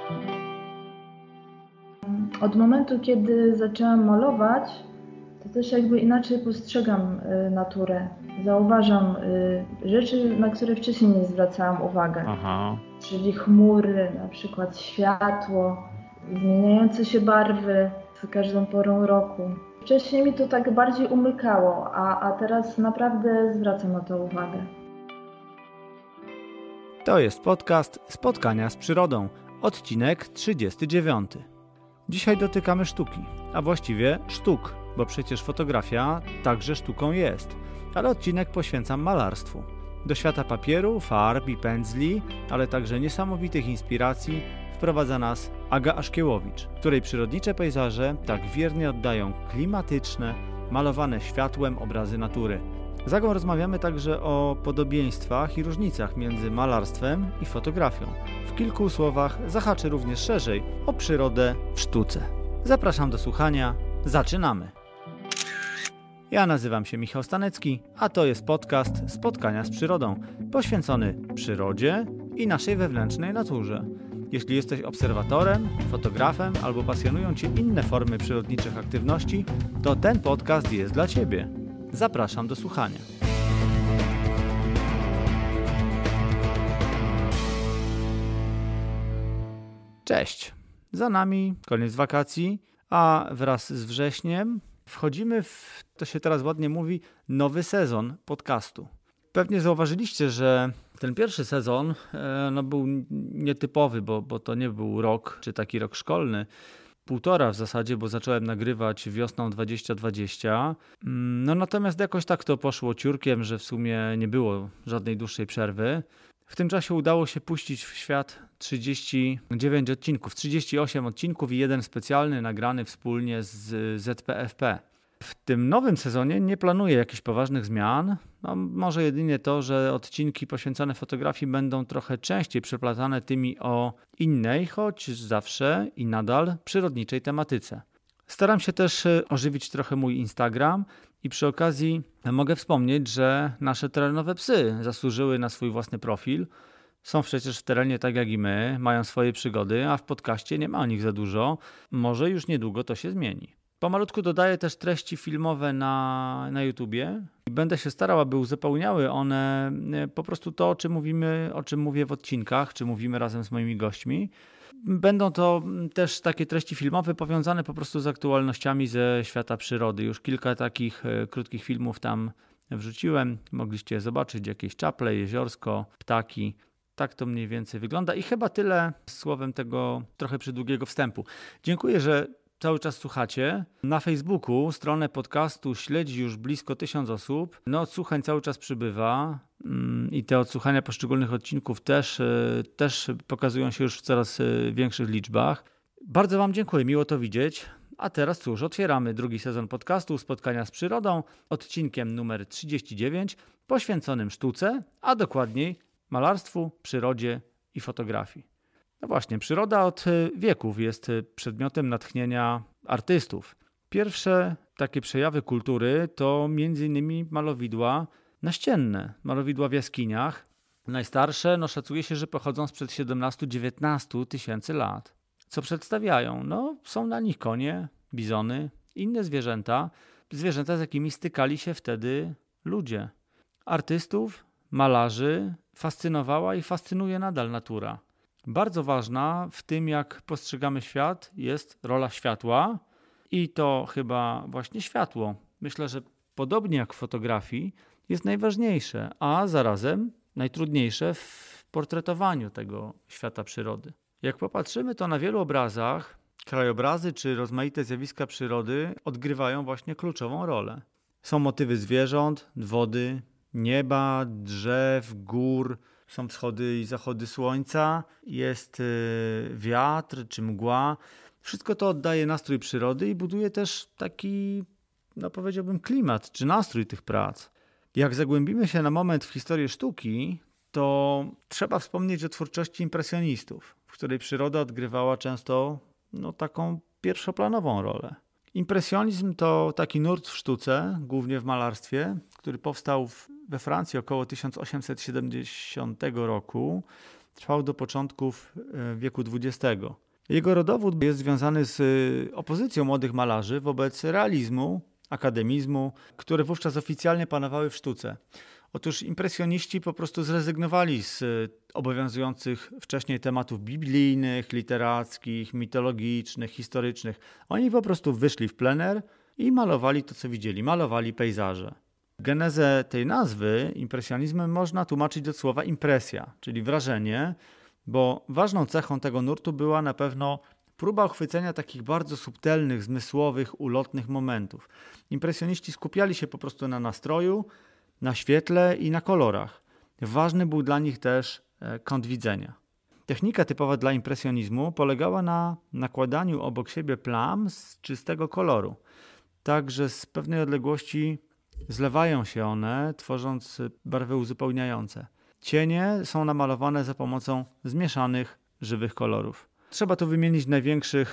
Od momentu, kiedy zaczęłam malować, to też jakby inaczej postrzegam naturę. Zauważam rzeczy, na które wcześniej nie zwracałam uwagi. Czyli chmury, na przykład światło, zmieniające się barwy z każdą porą roku. Wcześniej mi to tak bardziej umykało, a teraz naprawdę zwracam na to uwagę. To jest podcast Spotkania z przyrodą, odcinek 39. Dzisiaj dotykamy sztuki, a właściwie sztuk, bo przecież fotografia także sztuką jest, ale odcinek poświęcam malarstwu. Do świata papieru, farb i pędzli, ale także niesamowitych inspiracji wprowadza nas Aga Aszkiełowicz, której przyrodnicze pejzaże tak wiernie oddają klimatyczne, malowane światłem obrazy natury. Z Agą rozmawiamy także o podobieństwach i różnicach między malarstwem i fotografią. W kilku słowach zahaczę również szerzej o przyrodę w sztuce. Zapraszam do słuchania. Zaczynamy! Ja nazywam się Michał Stanecki, a to jest podcast Spotkania z przyrodą, poświęcony przyrodzie i naszej wewnętrznej naturze. Jeśli jesteś obserwatorem, fotografem albo pasjonują Cię inne formy przyrodniczych aktywności, to ten podcast jest dla Ciebie. Zapraszam do słuchania. Cześć! Za nami koniec wakacji, a wraz z wrześniem wchodzimy w, to się teraz ładnie mówi, nowy sezon podcastu. Pewnie zauważyliście, że ten pierwszy sezon był nietypowy, bo to nie był rok, czy taki rok szkolny. Półtora w zasadzie, bo zacząłem nagrywać wiosną 2020. Natomiast jakoś tak to poszło ciurkiem, że w sumie nie było żadnej dłuższej przerwy. W tym czasie udało się puścić w świat 39 odcinków, 38 odcinków i jeden specjalny nagrany wspólnie z ZPFP. W tym nowym sezonie nie planuję jakichś poważnych zmian. Może jedynie to, że odcinki poświęcone fotografii będą trochę częściej przeplatane tymi o innej, choć zawsze i nadal przyrodniczej tematyce. Staram się też ożywić trochę mój Instagram i przy okazji mogę wspomnieć, że nasze terenowe psy zasłużyły na swój własny profil. Są przecież w terenie tak jak i my, mają swoje przygody, a w podcaście nie ma o nich za dużo. Może już niedługo to się zmieni. Pomalutku dodaję też treści filmowe na YouTubie i będę się starał, aby uzupełniały one po prostu to, o czym mówię w odcinkach, czy mówimy razem z moimi gośćmi. Będą to też takie treści filmowe powiązane po prostu z aktualnościami ze świata przyrody. Już kilka takich krótkich filmów tam wrzuciłem. Mogliście zobaczyć jakieś czaple, jeziorsko, ptaki. Tak to mniej więcej wygląda i chyba tyle słowem tego trochę przydługiego wstępu. Dziękuję, że cały czas słuchacie. Na Facebooku stronę podcastu śledzi już blisko 1000 osób. Odsłuchań cały czas przybywa i te odsłuchania poszczególnych odcinków też pokazują się już w coraz większych liczbach. Bardzo Wam dziękuję, miło to widzieć. A teraz cóż, otwieramy drugi sezon podcastu Spotkania z przyrodą, odcinkiem numer 39, poświęconym sztuce, a dokładniej malarstwu, przyrodzie i fotografii. No właśnie, przyroda od wieków jest przedmiotem natchnienia artystów. Pierwsze takie przejawy kultury to m.in. malowidła naścienne, malowidła w jaskiniach. Najstarsze szacuje się, że pochodzą sprzed 17-19 tysięcy lat. Co przedstawiają? Są na nich konie, bizony, inne zwierzęta, z jakimi stykali się wtedy ludzie. Artystów, malarzy fascynowała i fascynuje nadal natura. Bardzo ważna w tym, jak postrzegamy świat, jest rola światła i to chyba właśnie światło. Myślę, że podobnie jak w fotografii jest najważniejsze, a zarazem najtrudniejsze w portretowaniu tego świata przyrody. Jak popatrzymy, to na wielu obrazach krajobrazy czy rozmaite zjawiska przyrody odgrywają właśnie kluczową rolę. Są motywy zwierząt, wody, nieba, drzew, gór. Są wschody i zachody słońca, jest wiatr czy mgła. Wszystko to oddaje nastrój przyrody i buduje też taki, powiedziałbym, klimat czy nastrój tych prac. Jak zagłębimy się na moment w historię sztuki, to trzeba wspomnieć o twórczości impresjonistów, w której przyroda odgrywała często taką pierwszoplanową rolę. Impresjonizm to taki nurt w sztuce, głównie w malarstwie, który powstał we Francji około 1870 roku. trwał do początków wieku XX. Jego rodowód jest związany z opozycją młodych malarzy wobec realizmu, akademizmu, które wówczas oficjalnie panowały w sztuce. Otóż impresjoniści po prostu zrezygnowali z obowiązujących wcześniej tematów biblijnych, literackich, mitologicznych, historycznych. Oni po prostu wyszli w plener i malowali to, co widzieli. Malowali pejzaże. Genezę tej nazwy impresjonizmem można tłumaczyć od słowa impresja, czyli wrażenie, bo ważną cechą tego nurtu była na pewno próba uchwycenia takich bardzo subtelnych, zmysłowych, ulotnych momentów. Impresjoniści skupiali się po prostu na nastroju, na świetle i na kolorach. Ważny był dla nich też kąt widzenia. Technika typowa dla impresjonizmu polegała na nakładaniu obok siebie plam z czystego koloru, tak że z pewnej odległości zlewają się one, tworząc barwy uzupełniające. Cienie są namalowane za pomocą zmieszanych, żywych kolorów. Trzeba tu wymienić największych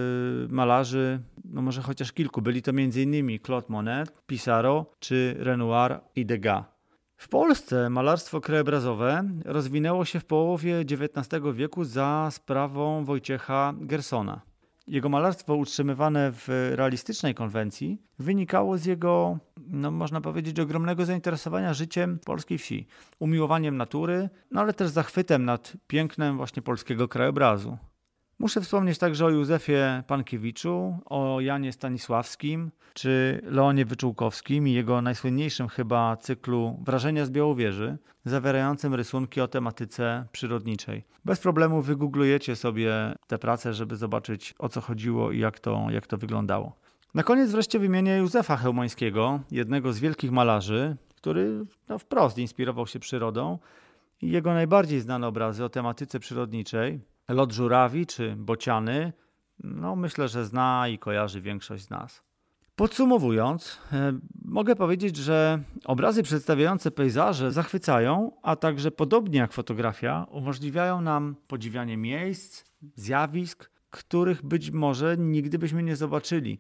malarzy, no może chociaż kilku. Byli to m.in. Claude Monet, Pissarro czy Renoir i Degas. W Polsce malarstwo krajobrazowe rozwinęło się w połowie XIX wieku za sprawą Wojciecha Gersona. Jego malarstwo utrzymywane w realistycznej konwencji wynikało z jego, no można powiedzieć, ogromnego zainteresowania życiem polskiej wsi, umiłowaniem natury, no ale też zachwytem nad pięknem właśnie polskiego krajobrazu. Muszę wspomnieć także o Józefie Pankiewiczu, o Janie Stanisławskim czy Leonie Wyczółkowskim i jego najsłynniejszym chyba cyklu Wrażenia z Białowieży, zawierającym rysunki o tematyce przyrodniczej. Bez problemu wygooglujecie sobie te prace, żeby zobaczyć, o co chodziło i jak to wyglądało. Na koniec wreszcie wymienię Józefa Chełmońskiego, jednego z wielkich malarzy, który wprost inspirował się przyrodą i jego najbardziej znane obrazy o tematyce przyrodniczej, Lot żurawi czy bociany, myślę, że zna i kojarzy większość z nas. Podsumowując, mogę powiedzieć, że obrazy przedstawiające pejzaże zachwycają, a także podobnie jak fotografia umożliwiają nam podziwianie miejsc, zjawisk, których być może nigdy byśmy nie zobaczyli,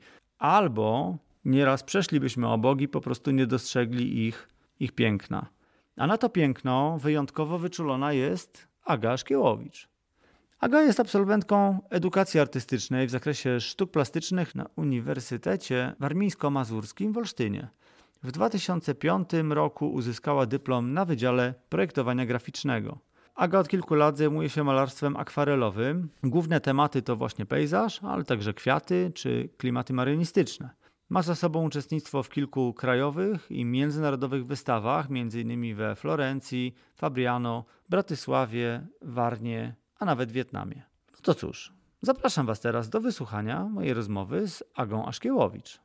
albo nieraz przeszlibyśmy obok i po prostu nie dostrzegli ich piękna. A na to piękno wyjątkowo wyczulona jest Aga Aszkiełowicz. Aga jest absolwentką edukacji artystycznej w zakresie sztuk plastycznych na Uniwersytecie Warmińsko-Mazurskim w Olsztynie. W 2005 roku uzyskała dyplom na Wydziale Projektowania Graficznego. Aga od kilku lat zajmuje się malarstwem akwarelowym. Główne tematy to właśnie pejzaż, ale także kwiaty czy klimaty marynistyczne. Ma za sobą uczestnictwo w kilku krajowych i międzynarodowych wystawach, m.in. we Florencji, Fabriano, Bratysławie, Warnie, a nawet w Wietnamie. No to cóż, zapraszam Was teraz do wysłuchania mojej rozmowy z Agą Aszkiełowicz.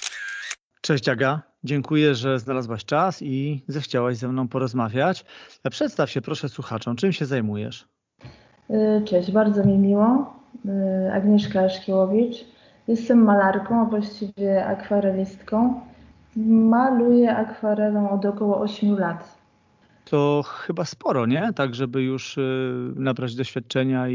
Cześć Aga, dziękuję, że znalazłaś czas i zechciałaś ze mną porozmawiać. Przedstaw się proszę słuchaczom, czym się zajmujesz? Cześć, bardzo mi miło. Agnieszka Aszkiełowicz. Jestem malarką, a właściwie akwarelistką. Maluję akwarelą od około 8 lat. To chyba sporo, nie? Tak, żeby już nabrać doświadczenia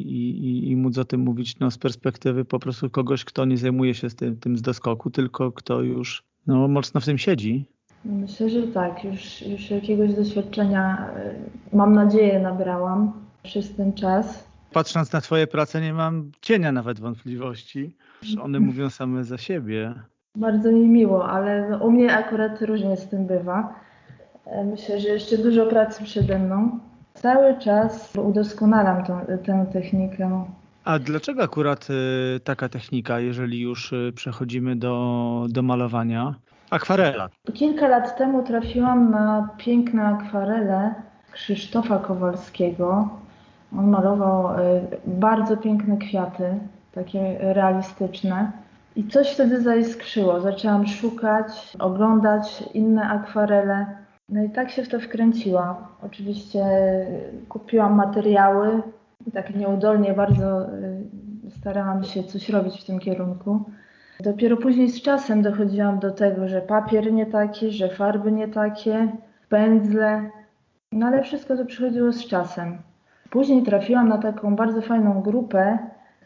i móc o tym mówić z perspektywy po prostu kogoś, kto nie zajmuje się tym z doskoku, tylko kto już mocno w tym siedzi. Myślę, że tak. Już jakiegoś doświadczenia, mam nadzieję, nabrałam przez ten czas. Patrząc na Twoje prace, nie mam cienia nawet wątpliwości, że one mówią same za siebie. Bardzo mi miło, ale u mnie akurat różnie z tym bywa. Myślę, że jeszcze dużo pracy przede mną. Cały czas udoskonalam tę technikę. A dlaczego akurat taka technika, jeżeli już przechodzimy do malowania? Akwarela. Kilka lat temu trafiłam na piękne akwarele Krzysztofa Kowalskiego. On malował bardzo piękne kwiaty, takie realistyczne. I coś wtedy zaiskrzyło. Zaczęłam szukać, oglądać inne akwarele. No i tak się w to wkręciłam. Oczywiście kupiłam materiały i tak nieudolnie bardzo starałam się coś robić w tym kierunku. Dopiero później z czasem dochodziłam do tego, że papier nie taki, że farby nie takie, pędzle. No ale wszystko to przychodziło z czasem. Później trafiłam na taką bardzo fajną grupę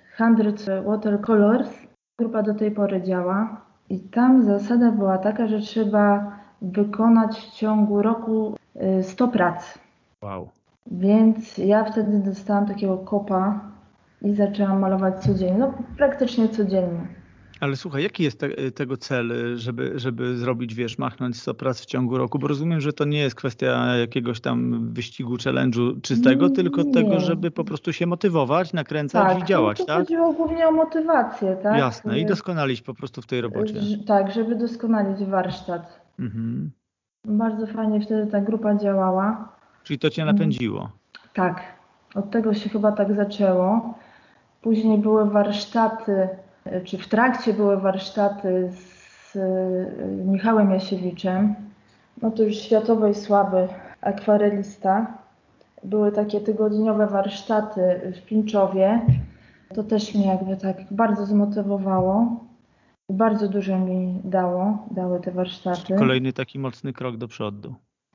100 Watercolors. Grupa do tej pory działa i tam zasada była taka, że trzeba wykonać w ciągu roku 100 prac. Wow. Więc ja wtedy dostałam takiego kopa i zaczęłam malować codziennie, no praktycznie codziennie. Ale słuchaj, jaki jest tego cel, żeby zrobić, wiesz, machnąć 100 prac w ciągu roku? Bo rozumiem, że to nie jest kwestia jakiegoś tam wyścigu, challenge'u czystego, tylko tego, Nie, żeby po prostu się motywować, nakręcać i tak, działać, tu tak? chodziło głównie o motywację, tak? Jasne. I doskonalić po prostu w tej robocie. Tak, żeby doskonalić warsztat. Mhm. Bardzo fajnie wtedy ta grupa działała. Czyli to cię napędziło. Tak, od tego się chyba tak zaczęło. Później były warsztaty, czy w trakcie były warsztaty z Michałem Jasiewiczem. No to już światowej sławy akwarelista. Były takie tygodniowe warsztaty w Pińczowie. To też mnie jakby tak bardzo zmotywowało. Bardzo dużo mi dały te warsztaty. Kolejny taki mocny krok do przodu.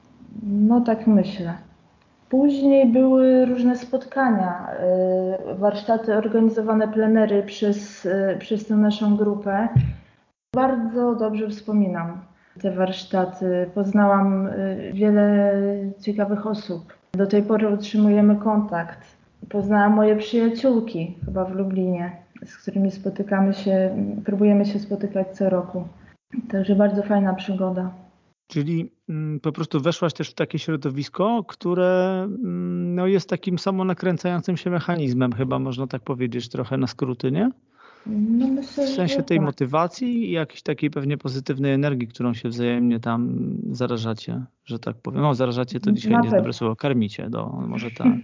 No tak myślę. Później były różne spotkania, warsztaty organizowane plenery przez tę naszą grupę. Bardzo dobrze wspominam te warsztaty. Poznałam wiele ciekawych osób. Do tej pory utrzymujemy kontakt. Poznałam moje przyjaciółki chyba w Lublinie, z którymi próbujemy się spotykać co roku. Także bardzo fajna przygoda. Czyli po prostu weszłaś też w takie środowisko, które no, jest takim samonakręcającym się mechanizmem, chyba można tak powiedzieć, trochę na skróty, nie? No W myślę, sensie że tej tak. motywacji i jakiejś takiej pewnie pozytywnej energii, którą się wzajemnie tam zarażacie, że tak powiem. No, zarażacie to dzisiaj Na nie jest dobre pewno. słowo, karmicie, może tak.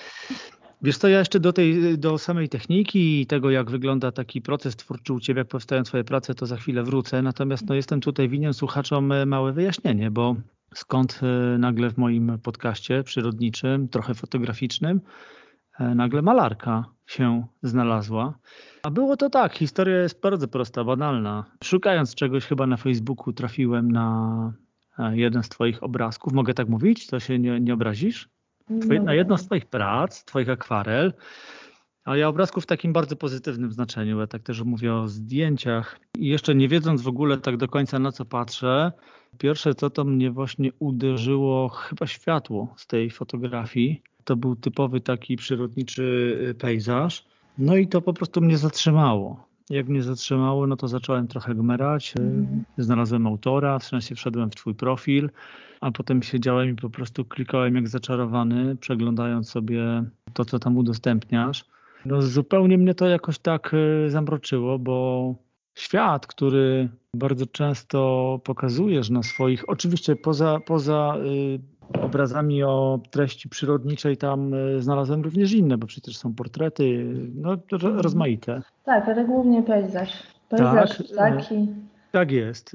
Wiesz co, ja jeszcze do samej techniki i tego, jak wygląda taki proces twórczy u Ciebie, jak powstają Twoje prace, to za chwilę wrócę. Natomiast no, jestem tutaj winien słuchaczom małe wyjaśnienie, bo skąd nagle w moim podcaście przyrodniczym, trochę fotograficznym, nagle malarka się znalazła. A było to tak, historia jest bardzo prosta, banalna. Szukając czegoś chyba na Facebooku trafiłem na jeden z Twoich obrazków. Mogę tak mówić? To się nie obrazisz? Na jedną z Twoich prac, Twoich akwarel, ale ja obrazków w takim bardzo pozytywnym znaczeniu, ja tak też mówię o zdjęciach i jeszcze nie wiedząc w ogóle tak do końca na co patrzę, pierwsze co to mnie właśnie uderzyło chyba światło z tej fotografii. To był typowy taki przyrodniczy pejzaż, no i to po prostu mnie zatrzymało. Jak mnie zatrzymało, no to zacząłem trochę gmerać, znalazłem autora, w sensie wszedłem w Twój profil, a potem siedziałem i po prostu klikałem jak zaczarowany, przeglądając sobie to, co tam udostępniasz. No zupełnie mnie to jakoś tak zamroczyło, bo świat, który bardzo często pokazujesz na swoich, oczywiście poza obrazami o treści przyrodniczej, tam znalazłem również inne, bo przecież są portrety, no rozmaite. Tak, ale głównie pejzaż. Tak, Pejzaż, ptaki. tak jest.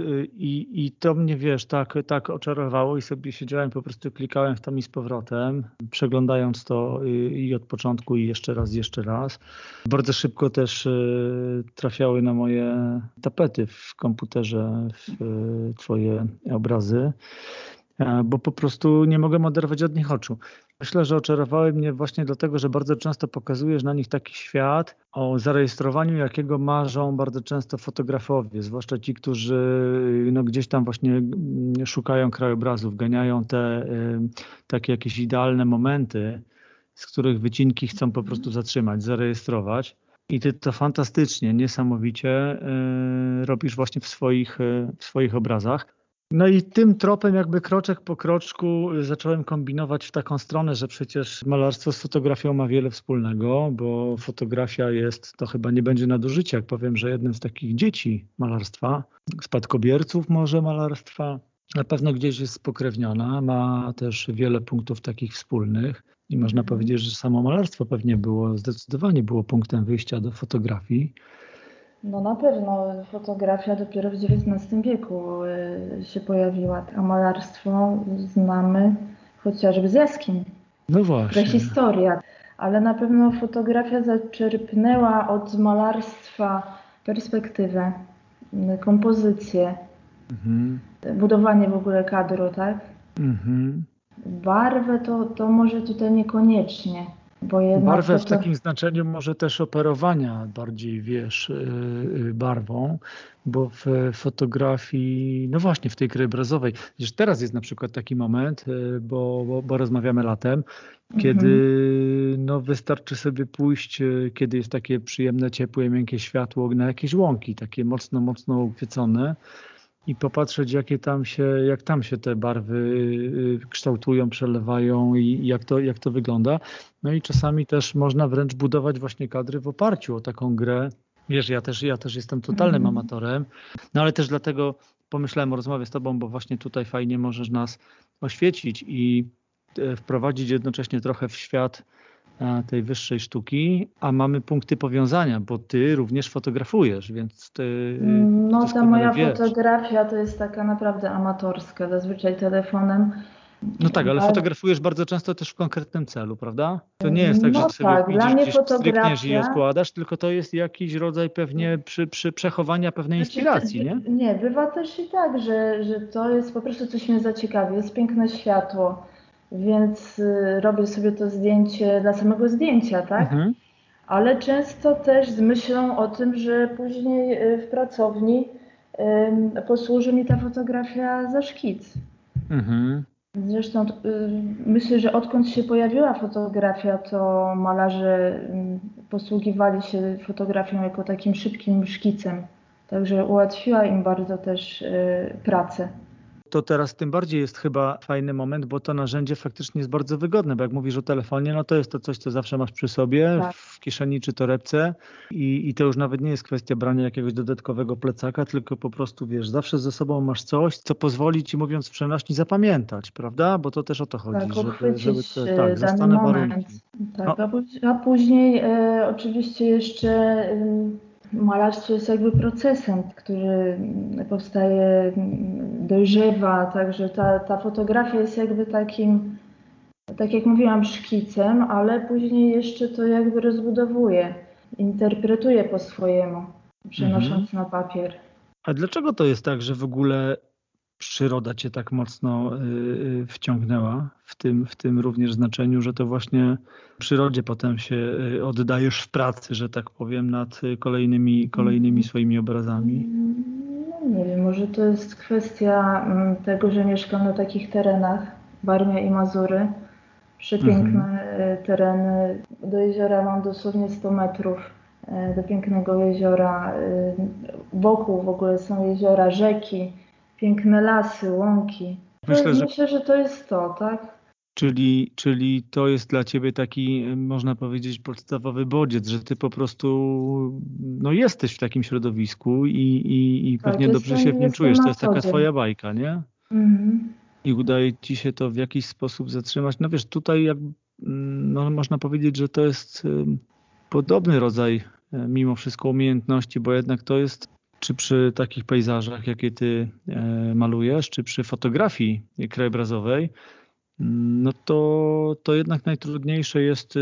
I to mnie, wiesz, tak oczarowało i sobie siedziałem, po prostu klikałem w to i z powrotem, przeglądając to i od początku i jeszcze raz. Bardzo szybko też trafiały na moje tapety w komputerze Twoje obrazy, bo po prostu nie mogłem oderwać od nich oczu. Myślę, że oczarowały mnie właśnie dlatego, że bardzo często pokazujesz na nich taki świat, o zarejestrowaniu jakiego marzą bardzo często fotografowie, zwłaszcza ci, którzy no, gdzieś tam właśnie szukają krajobrazów, ganiają te takie jakieś idealne momenty, z których wycinki chcą po prostu zatrzymać, zarejestrować. I ty to fantastycznie, niesamowicie robisz właśnie w swoich obrazach. No i tym tropem jakby kroczek po kroczku zacząłem kombinować w taką stronę, że przecież malarstwo z fotografią ma wiele wspólnego, bo fotografia jest, to chyba nie będzie nadużycie, jak powiem, że jednym z takich dzieci malarstwa, spadkobierców może malarstwa, na pewno gdzieś jest spokrewniona, ma też wiele punktów takich wspólnych i można powiedzieć, że samo malarstwo pewnie zdecydowanie było punktem wyjścia do fotografii. No na pewno fotografia dopiero w XIX wieku się pojawiła, a malarstwo znamy chociażby z jaskiń. No właśnie. Prehistoria. Ale na pewno fotografia zaczerpnęła od malarstwa perspektywę, kompozycję, budowanie w ogóle kadru, tak? Barwę to może tutaj niekoniecznie. bo jednak Barwę w takim znaczeniu może też operowania bardziej, wiesz, barwą, bo w fotografii, no właśnie w tej krajobrazowej, wiesz, teraz jest na przykład taki moment, bo rozmawiamy latem, Mhm. kiedy no wystarczy sobie pójść, kiedy jest takie przyjemne, ciepłe, miękkie światło na jakieś łąki, takie mocno, mocno ukwiecone i popatrzeć, jak tam się te barwy kształtują, przelewają i jak to wygląda. No i czasami też można wręcz budować właśnie kadry w oparciu o taką grę. Wiesz, ja też jestem totalnym Mhm. amatorem, no ale też dlatego pomyślałem o rozmowie z tobą, bo właśnie tutaj fajnie możesz nas oświecić i wprowadzić jednocześnie trochę w świat tej wyższej sztuki, a mamy punkty powiązania, bo ty również fotografujesz, więc ty No, ta doskonale moja wiesz. fotografia to jest taka naprawdę amatorska, zazwyczaj telefonem. No tak, ale Ale, fotografujesz bardzo często też w konkretnym celu, prawda? To nie jest tak, że no ty sobie tak, dla idziesz mnie gdzieś, strykniesz i fotografia, odkładasz, tylko to jest jakiś rodzaj pewnie przy przechowania pewnej znaczy, inspiracji, nie? nie, bywa też i tak, że to jest po prostu coś mnie zaciekawi, jest piękne światło, więc robię sobie to zdjęcie dla samego zdjęcia, tak? Mhm, Ale często też z myślą o tym, że później w pracowni posłuży mi ta fotografia za szkic. mhm. Zresztą myślę, że odkąd się pojawiła fotografia, to malarze posługiwali się fotografią jako takim szybkim szkicem. Także ułatwiła im bardzo też pracę. To teraz tym bardziej jest chyba fajny moment, bo to narzędzie faktycznie jest bardzo wygodne, bo jak mówisz o telefonie, no to jest to coś, co zawsze masz przy sobie, Tak, w kieszeni czy torebce i to już nawet nie jest kwestia brania jakiegoś dodatkowego plecaka, tylko po prostu, wiesz, zawsze ze sobą masz coś, co pozwoli ci, mówiąc w przenośni, zapamiętać, prawda? Bo to też o to chodzi, tak, żeby uchwycić te, tak, dany zastane moment. warunki. Tak, No, a później oczywiście jeszcze malarstwo jest jakby procesem, który powstaje, dojrzewa, także ta fotografia jest jakby takim, tak jak mówiłam, szkicem, ale później jeszcze to jakby rozbudowuje, interpretuje po swojemu, mhm. przenosząc na papier. A dlaczego to jest tak, że w ogóle przyroda cię tak mocno wciągnęła w tym również znaczeniu, że to właśnie przyrodzie potem się oddajesz w pracy, że tak powiem, nad kolejnymi swoimi obrazami? No nie wiem, może to jest kwestia tego, że mieszkam na takich terenach, Warmia i Mazury. Mhm. Przepiękne tereny. Do jeziora mam dosłownie 100 metrów, do pięknego jeziora. Wokół w ogóle są jeziora, rzeki, piękne lasy, łąki. Myślę, że Myślę, że to jest to, tak? czyli to jest dla ciebie taki, można powiedzieć, podstawowy bodziec, że ty po prostu no, jesteś w takim środowisku i Tak, pewnie dobrze się w nim jestem czujesz. To na jest co taka dzień. twoja bajka, nie? Mhm. I udaje ci się to w jakiś sposób zatrzymać. No wiesz, tutaj no, można powiedzieć, że to jest podobny rodzaj mimo wszystko umiejętności, bo jednak to jest, czy przy takich pejzażach, jakie ty malujesz, czy przy fotografii krajobrazowej, no to jednak najtrudniejsze jest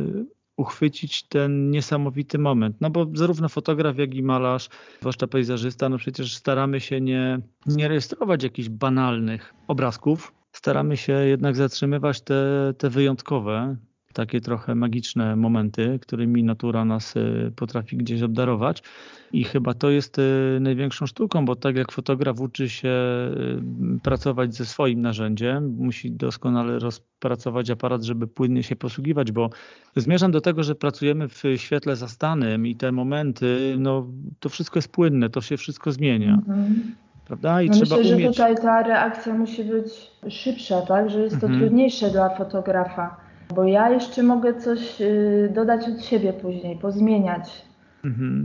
uchwycić ten niesamowity moment. No bo zarówno fotograf, jak i malarz, zwłaszcza pejzażysta, no przecież staramy się nie rejestrować jakichś banalnych obrazków. Staramy się jednak zatrzymywać te wyjątkowe, takie trochę magiczne momenty, którymi natura nas potrafi gdzieś obdarować. I chyba to jest największą sztuką, bo tak jak fotograf uczy się pracować ze swoim narzędziem, musi doskonale rozpracować aparat, żeby płynnie się posługiwać, bo zmierzam do tego, że pracujemy w świetle zastanym i te momenty, no to wszystko jest płynne, to się wszystko zmienia, Mhm. prawda? I No trzeba myślę, że umieć. tutaj ta reakcja musi być szybsza, tak? Że jest to Mhm, trudniejsze dla fotografa, bo ja jeszcze mogę coś dodać od siebie później, pozmieniać. mhm.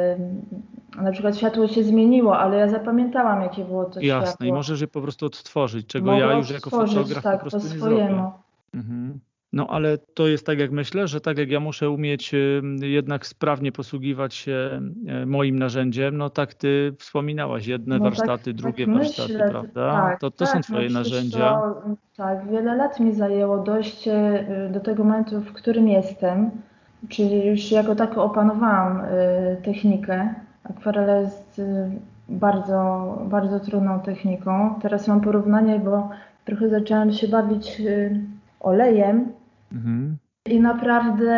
Na przykład światło się zmieniło, ale ja zapamiętałam, jakie było to Jasne. I światło. możesz je po prostu odtworzyć, czego Mogę ja już jako odtworzyć fotograf po tak po prostu nie zrobię. swojemu. Mhm. No ale to jest tak, jak myślę, że tak jak ja muszę umieć jednak sprawnie posługiwać się moim narzędziem, no tak ty wspominałaś, jedne No warsztaty, tak drugie warsztaty, myślę, prawda? tak, To są tak, no twoje przecież narzędzia. to tak, wiele lat mi zajęło dojście do tego momentu, w którym jestem, czyli już jako tako opanowałam technikę. Akwarela jest bardzo, bardzo trudną techniką. Teraz mam porównanie, bo trochę zaczęłam się bawić olejem. Mhm. I naprawdę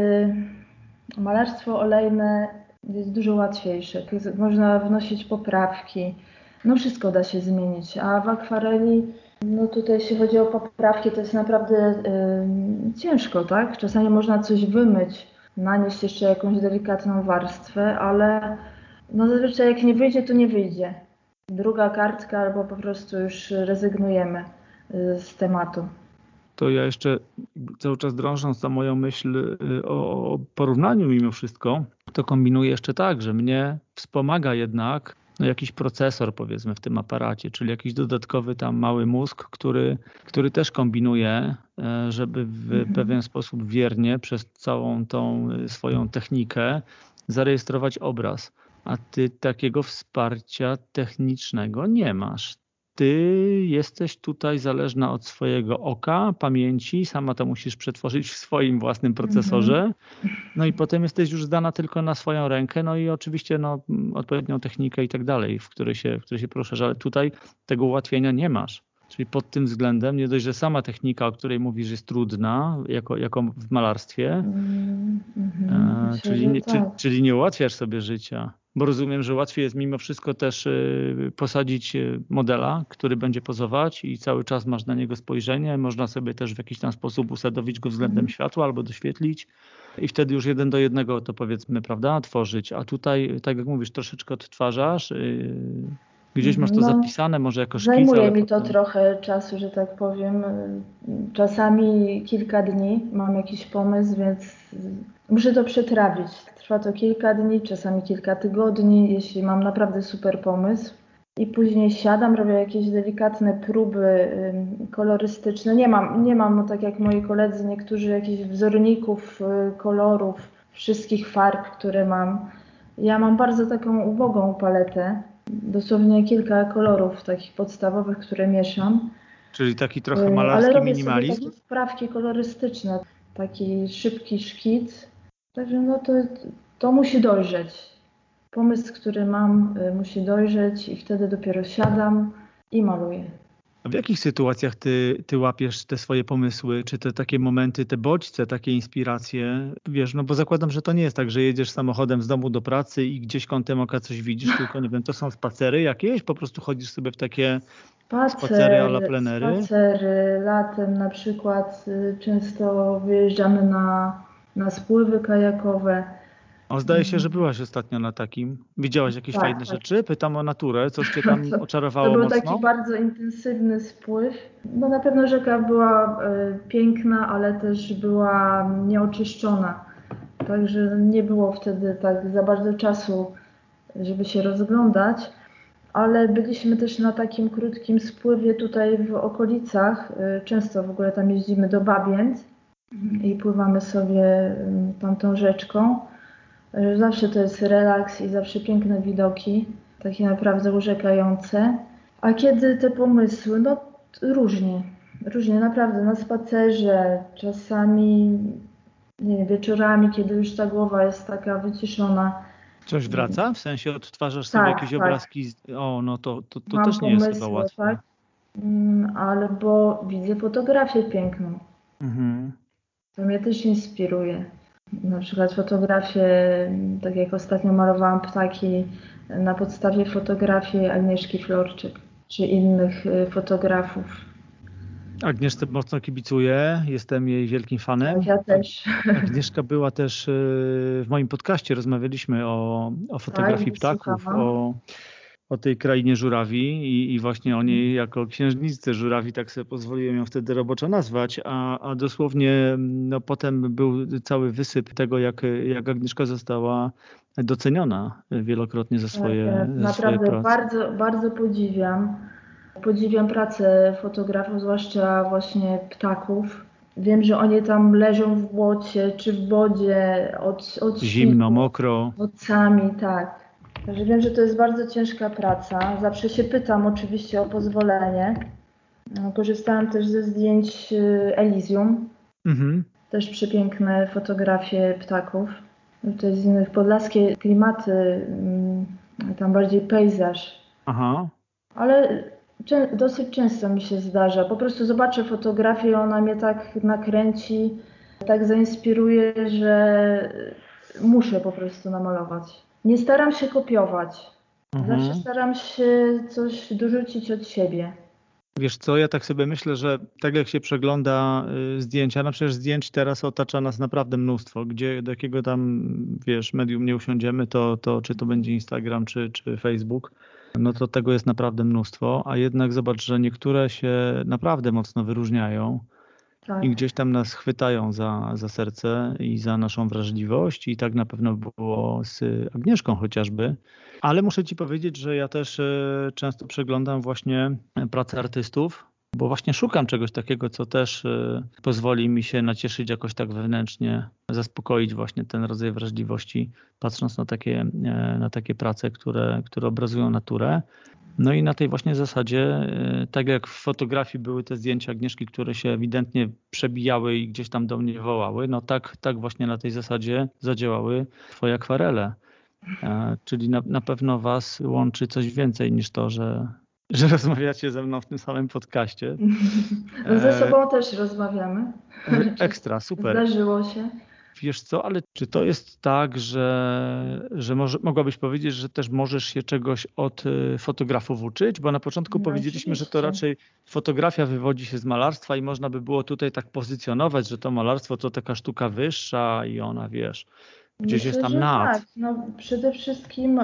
malarstwo olejne jest dużo łatwiejsze. Można wnosić poprawki. No wszystko da się zmienić, a w akwareli, no tutaj jeśli chodzi o poprawki, to jest naprawdę ciężko, tak? Czasami można coś wymyć, nanieść jeszcze jakąś delikatną warstwę, ale no zazwyczaj jak nie wyjdzie, to nie wyjdzie. Druga kartka albo po prostu już rezygnujemy z tematu. To ja jeszcze cały czas drążąc za moją myśl o porównaniu mimo wszystko, to kombinuję jeszcze tak, że mnie wspomaga jednak jakiś procesor powiedzmy w tym aparacie, czyli jakiś dodatkowy tam mały mózg, który też kombinuje, żeby w pewien sposób wiernie przez całą tą swoją technikę zarejestrować obraz. A ty takiego wsparcia technicznego nie masz. Ty jesteś tutaj zależna od swojego oka, pamięci, sama to musisz przetworzyć w swoim własnym procesorze. No i potem jesteś już zdana tylko na swoją rękę, no i oczywiście odpowiednią technikę i tak dalej, w której się poruszasz, ale tutaj tego ułatwienia nie masz. Czyli pod tym względem nie dość, że sama technika, o której mówisz, jest trudna, jako w malarstwie, Myślę, że tak. czyli nie ułatwiasz sobie życia. Bo rozumiem, że łatwiej jest mimo wszystko też posadzić modela, który będzie pozować i cały czas masz na niego spojrzenie. Można sobie też w jakiś tam sposób usadowić go względem światła albo doświetlić i wtedy już 1 do 1 to powiedzmy, prawda, tworzyć. A tutaj, tak jak mówisz, troszeczkę odtwarzasz. Gdzieś masz to zapisane, może jako szkic. Zajmuje mi to trochę czasu, że tak powiem. Czasami kilka dni mam jakiś pomysł, więc muszę to przetrawić. Trwa to kilka dni, czasami kilka tygodni, jeśli mam naprawdę super pomysł. I później siadam, robię jakieś delikatne próby kolorystyczne. Nie mam no tak jak moi koledzy, niektórzy jakichś wzorników, kolorów, wszystkich farb, które mam. Ja mam bardzo taką ubogą paletę. Dosłownie kilka kolorów takich podstawowych, które mieszam. Czyli taki trochę malarski minimalizm? Sobie takie wprawki kolorystyczne, taki szybki szkic. Także no to musi dojrzeć. Pomysł, który mam, musi dojrzeć i wtedy dopiero siadam i maluję. A w jakich sytuacjach ty łapiesz te swoje pomysły, czy te takie momenty, te bodźce, takie inspiracje? Wiesz, no bo zakładam, że to nie jest tak, że jedziesz samochodem z domu do pracy i gdzieś kątem oka coś widzisz, tylko nie wiem, to są spacery jakieś? Po prostu chodzisz sobie w takie spacery a la plenery? Spacery, latem na przykład często wyjeżdżamy na spływy kajakowe. O, zdaje się, że byłaś ostatnio na takim. Widziałaś jakieś fajne rzeczy? Pytam o naturę. Coś cię tam oczarowało To był mocno? taki bardzo intensywny spływ. No na pewno rzeka była piękna, ale też była nieoczyszczona. Także nie było wtedy tak za bardzo czasu, żeby się rozglądać. Ale byliśmy też na takim krótkim spływie tutaj w okolicach. Często w ogóle tam jeździmy do Babięc i pływamy sobie tamtą rzeczką. Zawsze to jest relaks i zawsze piękne widoki, takie naprawdę urzekające. A kiedy te pomysły? No różnie naprawdę na spacerze, czasami nie wiem, wieczorami, kiedy już ta głowa jest taka wyciszona. Coś wraca? W sensie odtwarzasz sobie jakieś obrazki? O, no to też nie jest chyba łatwe. Tak? Albo widzę fotografię piękną. To mnie też inspiruje. Na przykład fotografie, tak jak ostatnio malowałam ptaki na podstawie fotografii Agnieszki Florczyk czy innych fotografów. Agnieszce mocno kibicuję, jestem jej wielkim fanem. Tak, ja też. Agnieszka była też w moim podcaście, rozmawialiśmy o fotografii ptaków, o tej krainie żurawi i właśnie o niej jako księżniczce żurawi, tak sobie pozwoliłem ją wtedy roboczo nazwać, a dosłownie no, potem był cały wysyp tego, jak Agnieszka została doceniona wielokrotnie za swoje naprawdę prace. bardzo, bardzo podziwiam. Podziwiam pracę fotografów, zwłaszcza właśnie ptaków. Wiem, że oni tam leżą w błocie czy w wodzie od zimno, świtu, mokro. Nocami, tak. Także wiem, że to jest bardzo ciężka praca. Zawsze się pytam oczywiście o pozwolenie. Korzystałam też ze zdjęć Elysium. Też przepiękne fotografie ptaków. To jest z innych podlaskie klimaty, tam bardziej pejzaż. Aha. Ale dosyć często mi się zdarza. Po prostu zobaczę fotografię, ona mnie tak nakręci, tak zainspiruje, że muszę po prostu namalować. Nie staram się kopiować. Zawsze staram się coś dorzucić od siebie. Wiesz co, ja tak sobie myślę, że tak jak się przegląda zdjęcia, no przecież zdjęć teraz otacza nas naprawdę mnóstwo, gdzie do jakiego tam, wiesz, medium nie usiądziemy, to czy to będzie Instagram, czy Facebook, no to tego jest naprawdę mnóstwo, a jednak zobacz, że niektóre się naprawdę mocno wyróżniają Tak. i gdzieś tam nas chwytają za serce i za naszą wrażliwość i tak na pewno było z Agnieszką chociażby. Ale muszę ci powiedzieć, że ja też często przeglądam właśnie pracę artystów, bo właśnie szukam czegoś takiego, co też pozwoli mi się nacieszyć jakoś tak wewnętrznie, zaspokoić właśnie ten rodzaj wrażliwości, patrząc na takie prace, które obrazują naturę. No i na tej właśnie zasadzie, tak jak w fotografii były te zdjęcia Agnieszki, które się ewidentnie przebijały i gdzieś tam do mnie wołały, no tak właśnie na tej zasadzie zadziałały twoje akwarele. Czyli na pewno was łączy coś więcej niż to, że rozmawiacie ze mną w tym samym podcaście. Ze sobą też rozmawiamy. Ekstra, super. Zdarzyło się. Wiesz co, ale czy to jest tak, że mogłabyś powiedzieć, że też możesz się czegoś od fotografów uczyć? Bo na początku No, powiedzieliśmy, że to oczywiście. raczej fotografia wywodzi się z malarstwa i można by było tutaj tak pozycjonować, że to malarstwo to taka sztuka wyższa i ona, wiesz, gdzieś jest tam że nad. tak. No, przede wszystkim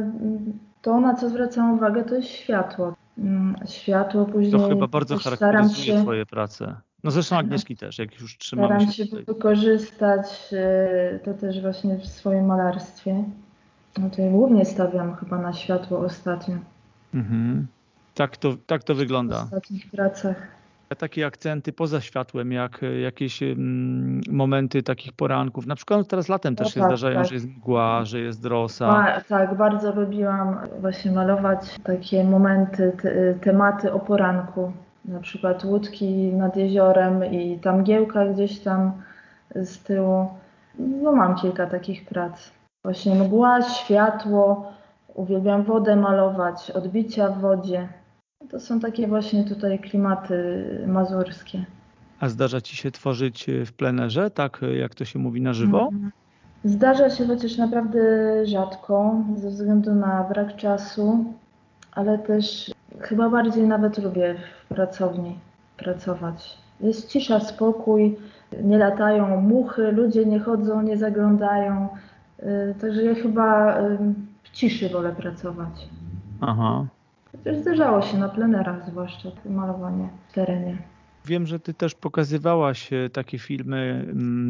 to, na co zwracam uwagę, to jest światło. Światło, później To chyba bardzo też charakteryzuje twoje prace. No zresztą Agnieszki też, jak już trzymamy staram się się tutaj. wykorzystać to też właśnie w swoim malarstwie. No to ja głównie stawiam chyba na światło ostatnio. Mhm. Tak to W wygląda. ostatnich pracach. Takie akcenty poza światłem, jak jakieś momenty takich poranków. Na przykład teraz latem też się tak, zdarzają, tak. że jest mgła, że jest rosa. Tak, bardzo lubiłam właśnie malować takie momenty, tematy o poranku. Na przykład łódki nad jeziorem i ta mgiełka gdzieś tam z tyłu. No mam kilka takich prac. Właśnie mgła, światło, uwielbiam wodę malować, odbicia w wodzie. To są takie właśnie tutaj klimaty mazurskie. A zdarza ci się tworzyć w plenerze, tak jak to się mówi na żywo? Zdarza się, chociaż naprawdę rzadko, ze względu na brak czasu, ale też chyba bardziej nawet lubię w pracowni pracować. Jest cisza, spokój, nie latają muchy, ludzie nie chodzą, nie zaglądają. Także ja chyba w ciszy wolę pracować. Aha. Chociaż zdarzało się na plenerach, zwłaszcza malowanie w terenie. Wiem, że ty też pokazywałaś takie filmy,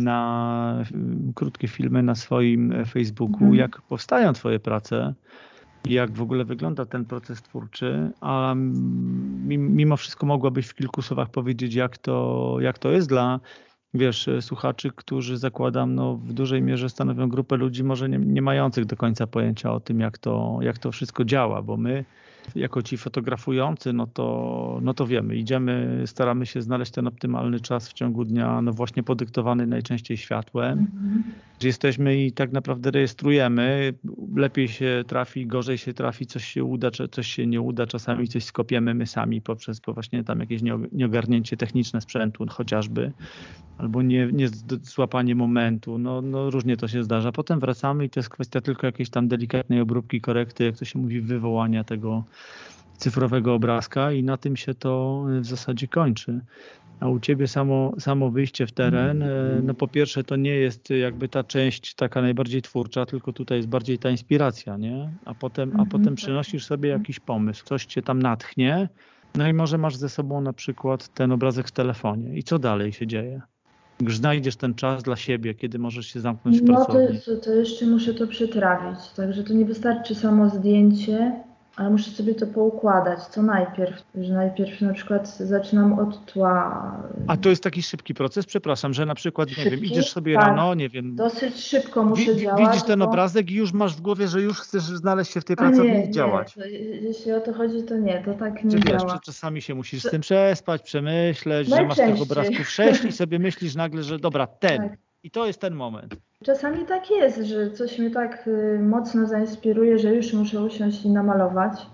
krótkie filmy na swoim Facebooku, jak powstają twoje prace, jak w ogóle wygląda ten proces twórczy, a mimo wszystko mogłabyś w kilku słowach powiedzieć, jak to jest dla, wiesz, słuchaczy, którzy zakładam, no w dużej mierze stanowią grupę ludzi może nie mających do końca pojęcia o tym, jak to wszystko działa, bo my jako ci fotografujący, no to wiemy, idziemy, staramy się znaleźć ten optymalny czas w ciągu dnia, no właśnie podyktowany najczęściej światłem. Jesteśmy i tak naprawdę rejestrujemy, lepiej się trafi, gorzej się trafi, coś się uda, coś się nie uda, czasami coś skopiemy my sami poprzez właśnie tam jakieś nieogarnięcie techniczne sprzętu chociażby, albo nie złapanie momentu, no różnie to się zdarza. Potem wracamy i to jest kwestia tylko jakiejś tam delikatnej obróbki, korekty, jak to się mówi, wywołania tego cyfrowego obrazka i na tym się to w zasadzie kończy. A u ciebie samo wyjście w teren, no po pierwsze to nie jest jakby ta część taka najbardziej twórcza, tylko tutaj jest bardziej ta inspiracja, nie? A potem przynosisz sobie jakiś pomysł, coś cię tam natchnie, no i może masz ze sobą na przykład ten obrazek w telefonie. I co dalej się dzieje? Już znajdziesz ten czas dla siebie, kiedy możesz się zamknąć w pracowni. To jeszcze muszę to przetrawić, także to nie wystarczy samo zdjęcie, ale muszę sobie to poukładać, co najpierw, że najpierw na przykład zaczynam od tła. A to jest taki szybki proces, przepraszam, że na przykład, nie wiem, idziesz sobie tak. rano, nie wiem, Dosyć szybko muszę działać. widzisz ten obrazek i już masz w głowie, że już chcesz znaleźć się w tej pracowni i działać. Nie, jeśli o to chodzi, to nie, to tak nie Czy wiesz, działa. czy czasami się musisz z tym przespać, przemyśleć, że masz tych obrazków 6 i sobie myślisz nagle, że dobra, ten. Tak. I to jest ten moment. Czasami tak jest, że coś mnie tak mocno zainspiruje, że już muszę usiąść i namalować.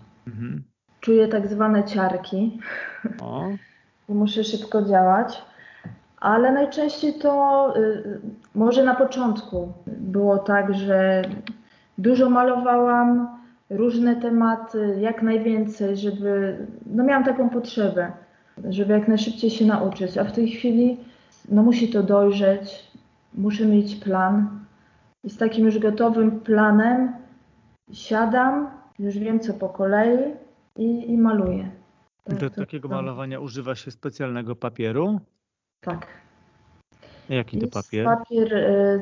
Czuję tak zwane ciarki. O. I muszę szybko działać. Ale najczęściej to może na początku było tak, że dużo malowałam, różne tematy, jak najwięcej, no miałam taką potrzebę, żeby jak najszybciej się nauczyć, a w tej chwili no musi to dojrzeć, muszę mieć plan i z takim już gotowym planem siadam, już wiem co po kolei i maluję. Do takiego malowania używa się specjalnego papieru? Tak. Jaki to Jest papier? papier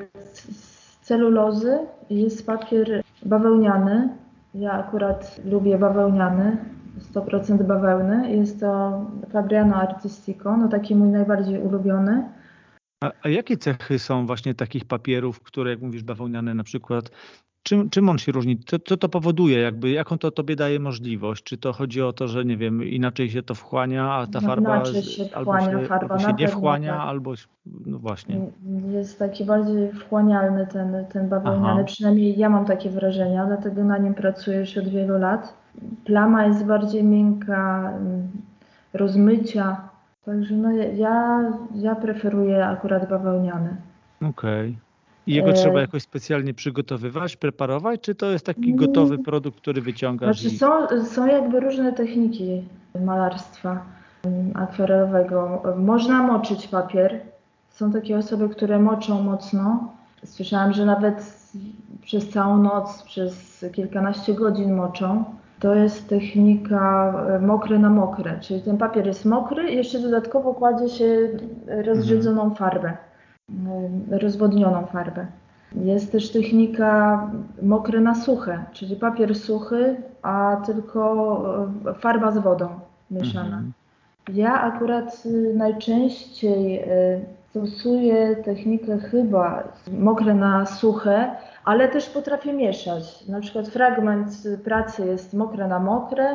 z celulozy i jest papier bawełniany. Ja akurat lubię bawełniany, 100% bawełny. Jest to Fabriano Artistico, no taki mój najbardziej ulubiony. A jakie cechy są właśnie takich papierów, które, jak mówisz, bawełniane na przykład, czym on się różni? Co to powoduje? Jaką to tobie daje możliwość? Czy to chodzi o to, że nie wiem, inaczej się to wchłania, a ta No farba inaczej się albo wchłania farba, albo się na nie pewno wchłania, tak. albo no właśnie. Jest taki bardziej wchłanialny ten bawełniany, Aha. przynajmniej ja mam takie wrażenia, dlatego na nim pracuję już od wielu lat. Plama jest bardziej miękka, rozmycia, także no ja preferuję akurat bawełniany. Okej. I jego trzeba jakoś specjalnie przygotowywać, preparować, czy to jest taki Mm, gotowy produkt, który wyciągasz Znaczy i... są jakby różne techniki malarstwa akwarelowego. Można moczyć papier. Są takie osoby, które moczą mocno. Słyszałam, że nawet przez całą noc, przez kilkanaście godzin moczą. To jest technika mokre na mokre, czyli ten papier jest mokry i jeszcze dodatkowo kładzie się rozrzedzoną farbę, rozwodnioną farbę. Jest też technika mokre na suche, czyli papier suchy, a tylko farba z wodą mieszana. Ja akurat najczęściej stosuję technikę chyba mokre na suche, ale też potrafię mieszać. Na przykład fragment pracy jest mokre na mokre,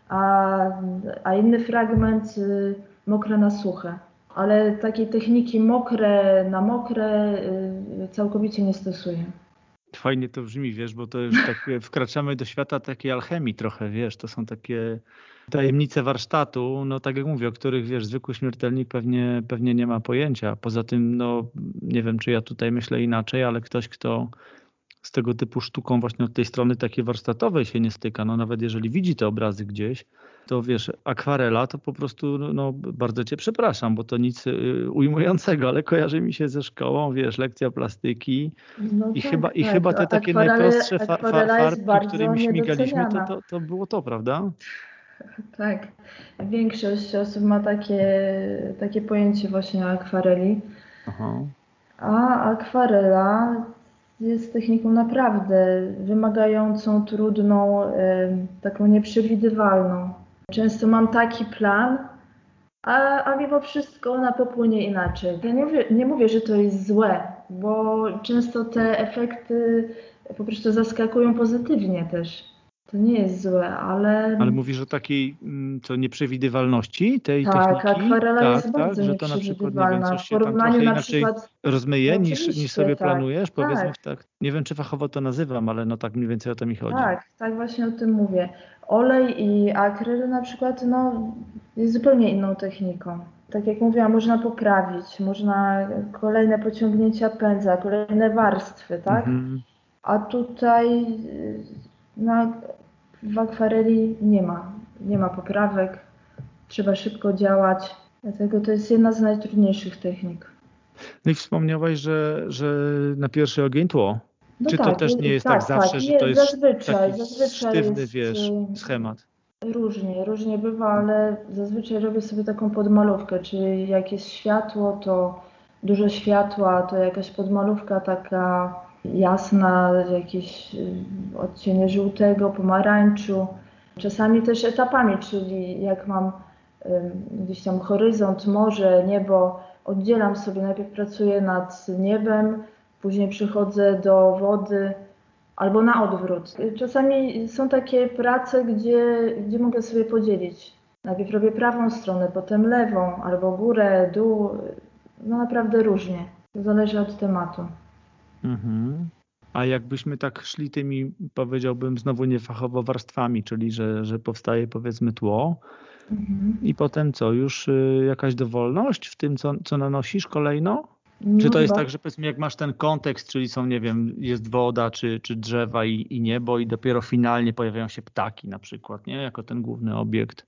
a inny fragment mokre na suche. Ale takiej techniki mokre na mokre całkowicie nie stosuję. Fajnie to brzmi, wiesz, bo to już tak wkraczamy do świata takiej alchemii trochę, wiesz, to są takie tajemnice warsztatu, no tak jak mówię, o których, wiesz, zwykły śmiertelnik pewnie nie ma pojęcia. Poza tym, no nie wiem, czy ja tutaj myślę inaczej, ale ktoś, kto z tego typu sztuką właśnie od tej strony takiej warsztatowej się nie styka, no nawet jeżeli widzi te obrazy gdzieś, to wiesz, akwarela to po prostu, no bardzo cię przepraszam, bo to nic ujmującego, ale kojarzy mi się ze szkołą, wiesz, lekcja plastyki No i tak, chyba te takie najprostsze akwarela jest farbki, bardzo którymi śmigaliśmy, niedoceniana. to było to, prawda? Tak, większość osób ma takie pojęcie właśnie o akwareli, Aha. a akwarela jest techniką naprawdę wymagającą, trudną, taką nieprzewidywalną. Często mam taki plan, a mimo wszystko ona popłynie inaczej. Ja nie mówię, że to jest złe, bo często te efekty po prostu zaskakują pozytywnie też. To nie jest złe, ale Ale mówisz o takiej co nieprzewidywalności tej tak, techniki? akwarela jest bardzo Że to na przykład, nie wiem, nieprzewidywalna. coś W się tam porównaniu trochę na inaczej przykład, no rozmyje niż oczywiście, sobie tak, planujesz, powiedzmy tak, tak. Nie wiem, czy fachowo to nazywam, ale no tak mniej więcej o to mi chodzi. tak właśnie o tym mówię. Olej i akryl na przykład, no, jest zupełnie inną techniką. Tak jak mówiłam, można poprawić, można kolejne pociągnięcia pędza, kolejne warstwy, tak? Mhm. A tutaj no, w akwareli nie ma poprawek, trzeba szybko działać, dlatego to jest jedna z najtrudniejszych technik. No i wspomniałaś, że na pierwszy ogień tło. No Czy to też nie jest tak zawsze, że to Nie, jest zazwyczaj taki sztywny, jest wiesz, schemat? różnie bywa, ale zazwyczaj robię sobie taką podmalówkę, czyli jak jest światło, to dużo światła, to jakaś podmalówka taka jasna, jakieś odcienie żółtego, pomarańczu. Czasami też etapami, czyli jak mam gdzieś tam horyzont, morze, niebo, oddzielam sobie, najpierw pracuję nad niebem, później przychodzę do wody, albo na odwrót. Czasami są takie prace, gdzie mogę sobie podzielić. Najpierw robię prawą stronę, potem lewą, albo górę, dół. No naprawdę różnie. To zależy od tematu. Mhm. A jakbyśmy tak szli tymi, powiedziałbym, znowu niefachowo warstwami, czyli że powstaje powiedzmy tło, I potem co? Już jakaś dowolność w tym, co nanosisz kolejno? Czy No to jest chyba. tak, że powiedzmy jak masz ten kontekst, czyli są, nie wiem, jest woda, czy drzewa i niebo i dopiero finalnie pojawiają się ptaki na przykład, nie? Jako ten główny obiekt.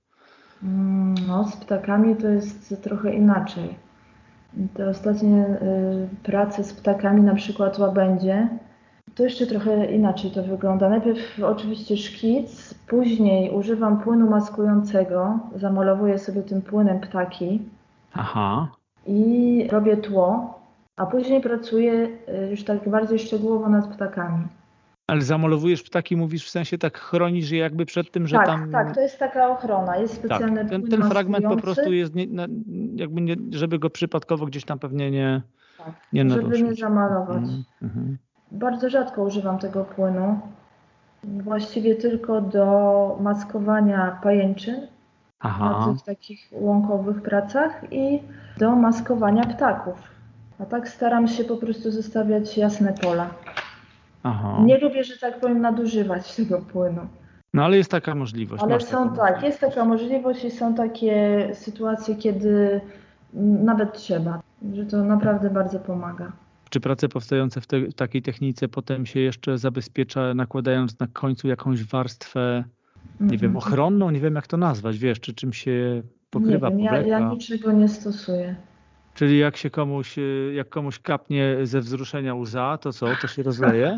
No, z ptakami to jest trochę inaczej. Te ostatnie prace z ptakami, na przykład łabędzie, to jeszcze trochę inaczej to wygląda. Najpierw oczywiście szkic, później używam płynu maskującego, zamalowuję sobie tym płynem ptaki Aha. i robię tło, a później pracuję już tak bardziej szczegółowo nad ptakami. Ale zamalowujesz ptaki, mówisz w sensie tak chronisz je jakby przed tym, że Tak, tam... tak, to jest taka ochrona. Jest Tak, specjalny płyn ten fragment po maskujący, prostu jest jakby nie, żeby go przypadkowo gdzieś tam pewnie nie tak, żeby nie naruszyć. zamalować. Mhm. Bardzo rzadko używam tego płynu. Właściwie tylko do maskowania pajęczyn na Aha, tych takich łąkowych pracach i do maskowania ptaków. A tak staram się po prostu zostawiać jasne pola. aha. Nie lubię, że tak powiem, nadużywać tego płynu. No ale jest taka możliwość. Ale Masz taką są tak, jest możliwość. taka możliwość i są takie sytuacje, kiedy nawet trzeba, że to naprawdę bardzo pomaga. Czy prace powstające w takiej technice potem się jeszcze zabezpiecza, nakładając na końcu jakąś warstwę, nie wiem, ochronną? Nie wiem jak to nazwać, wiesz, czy czym się pokrywa, Nie wiem, ja powleka? niczego nie stosuję. Czyli jak komuś kapnie ze wzruszenia łza, to co? To się rozleje?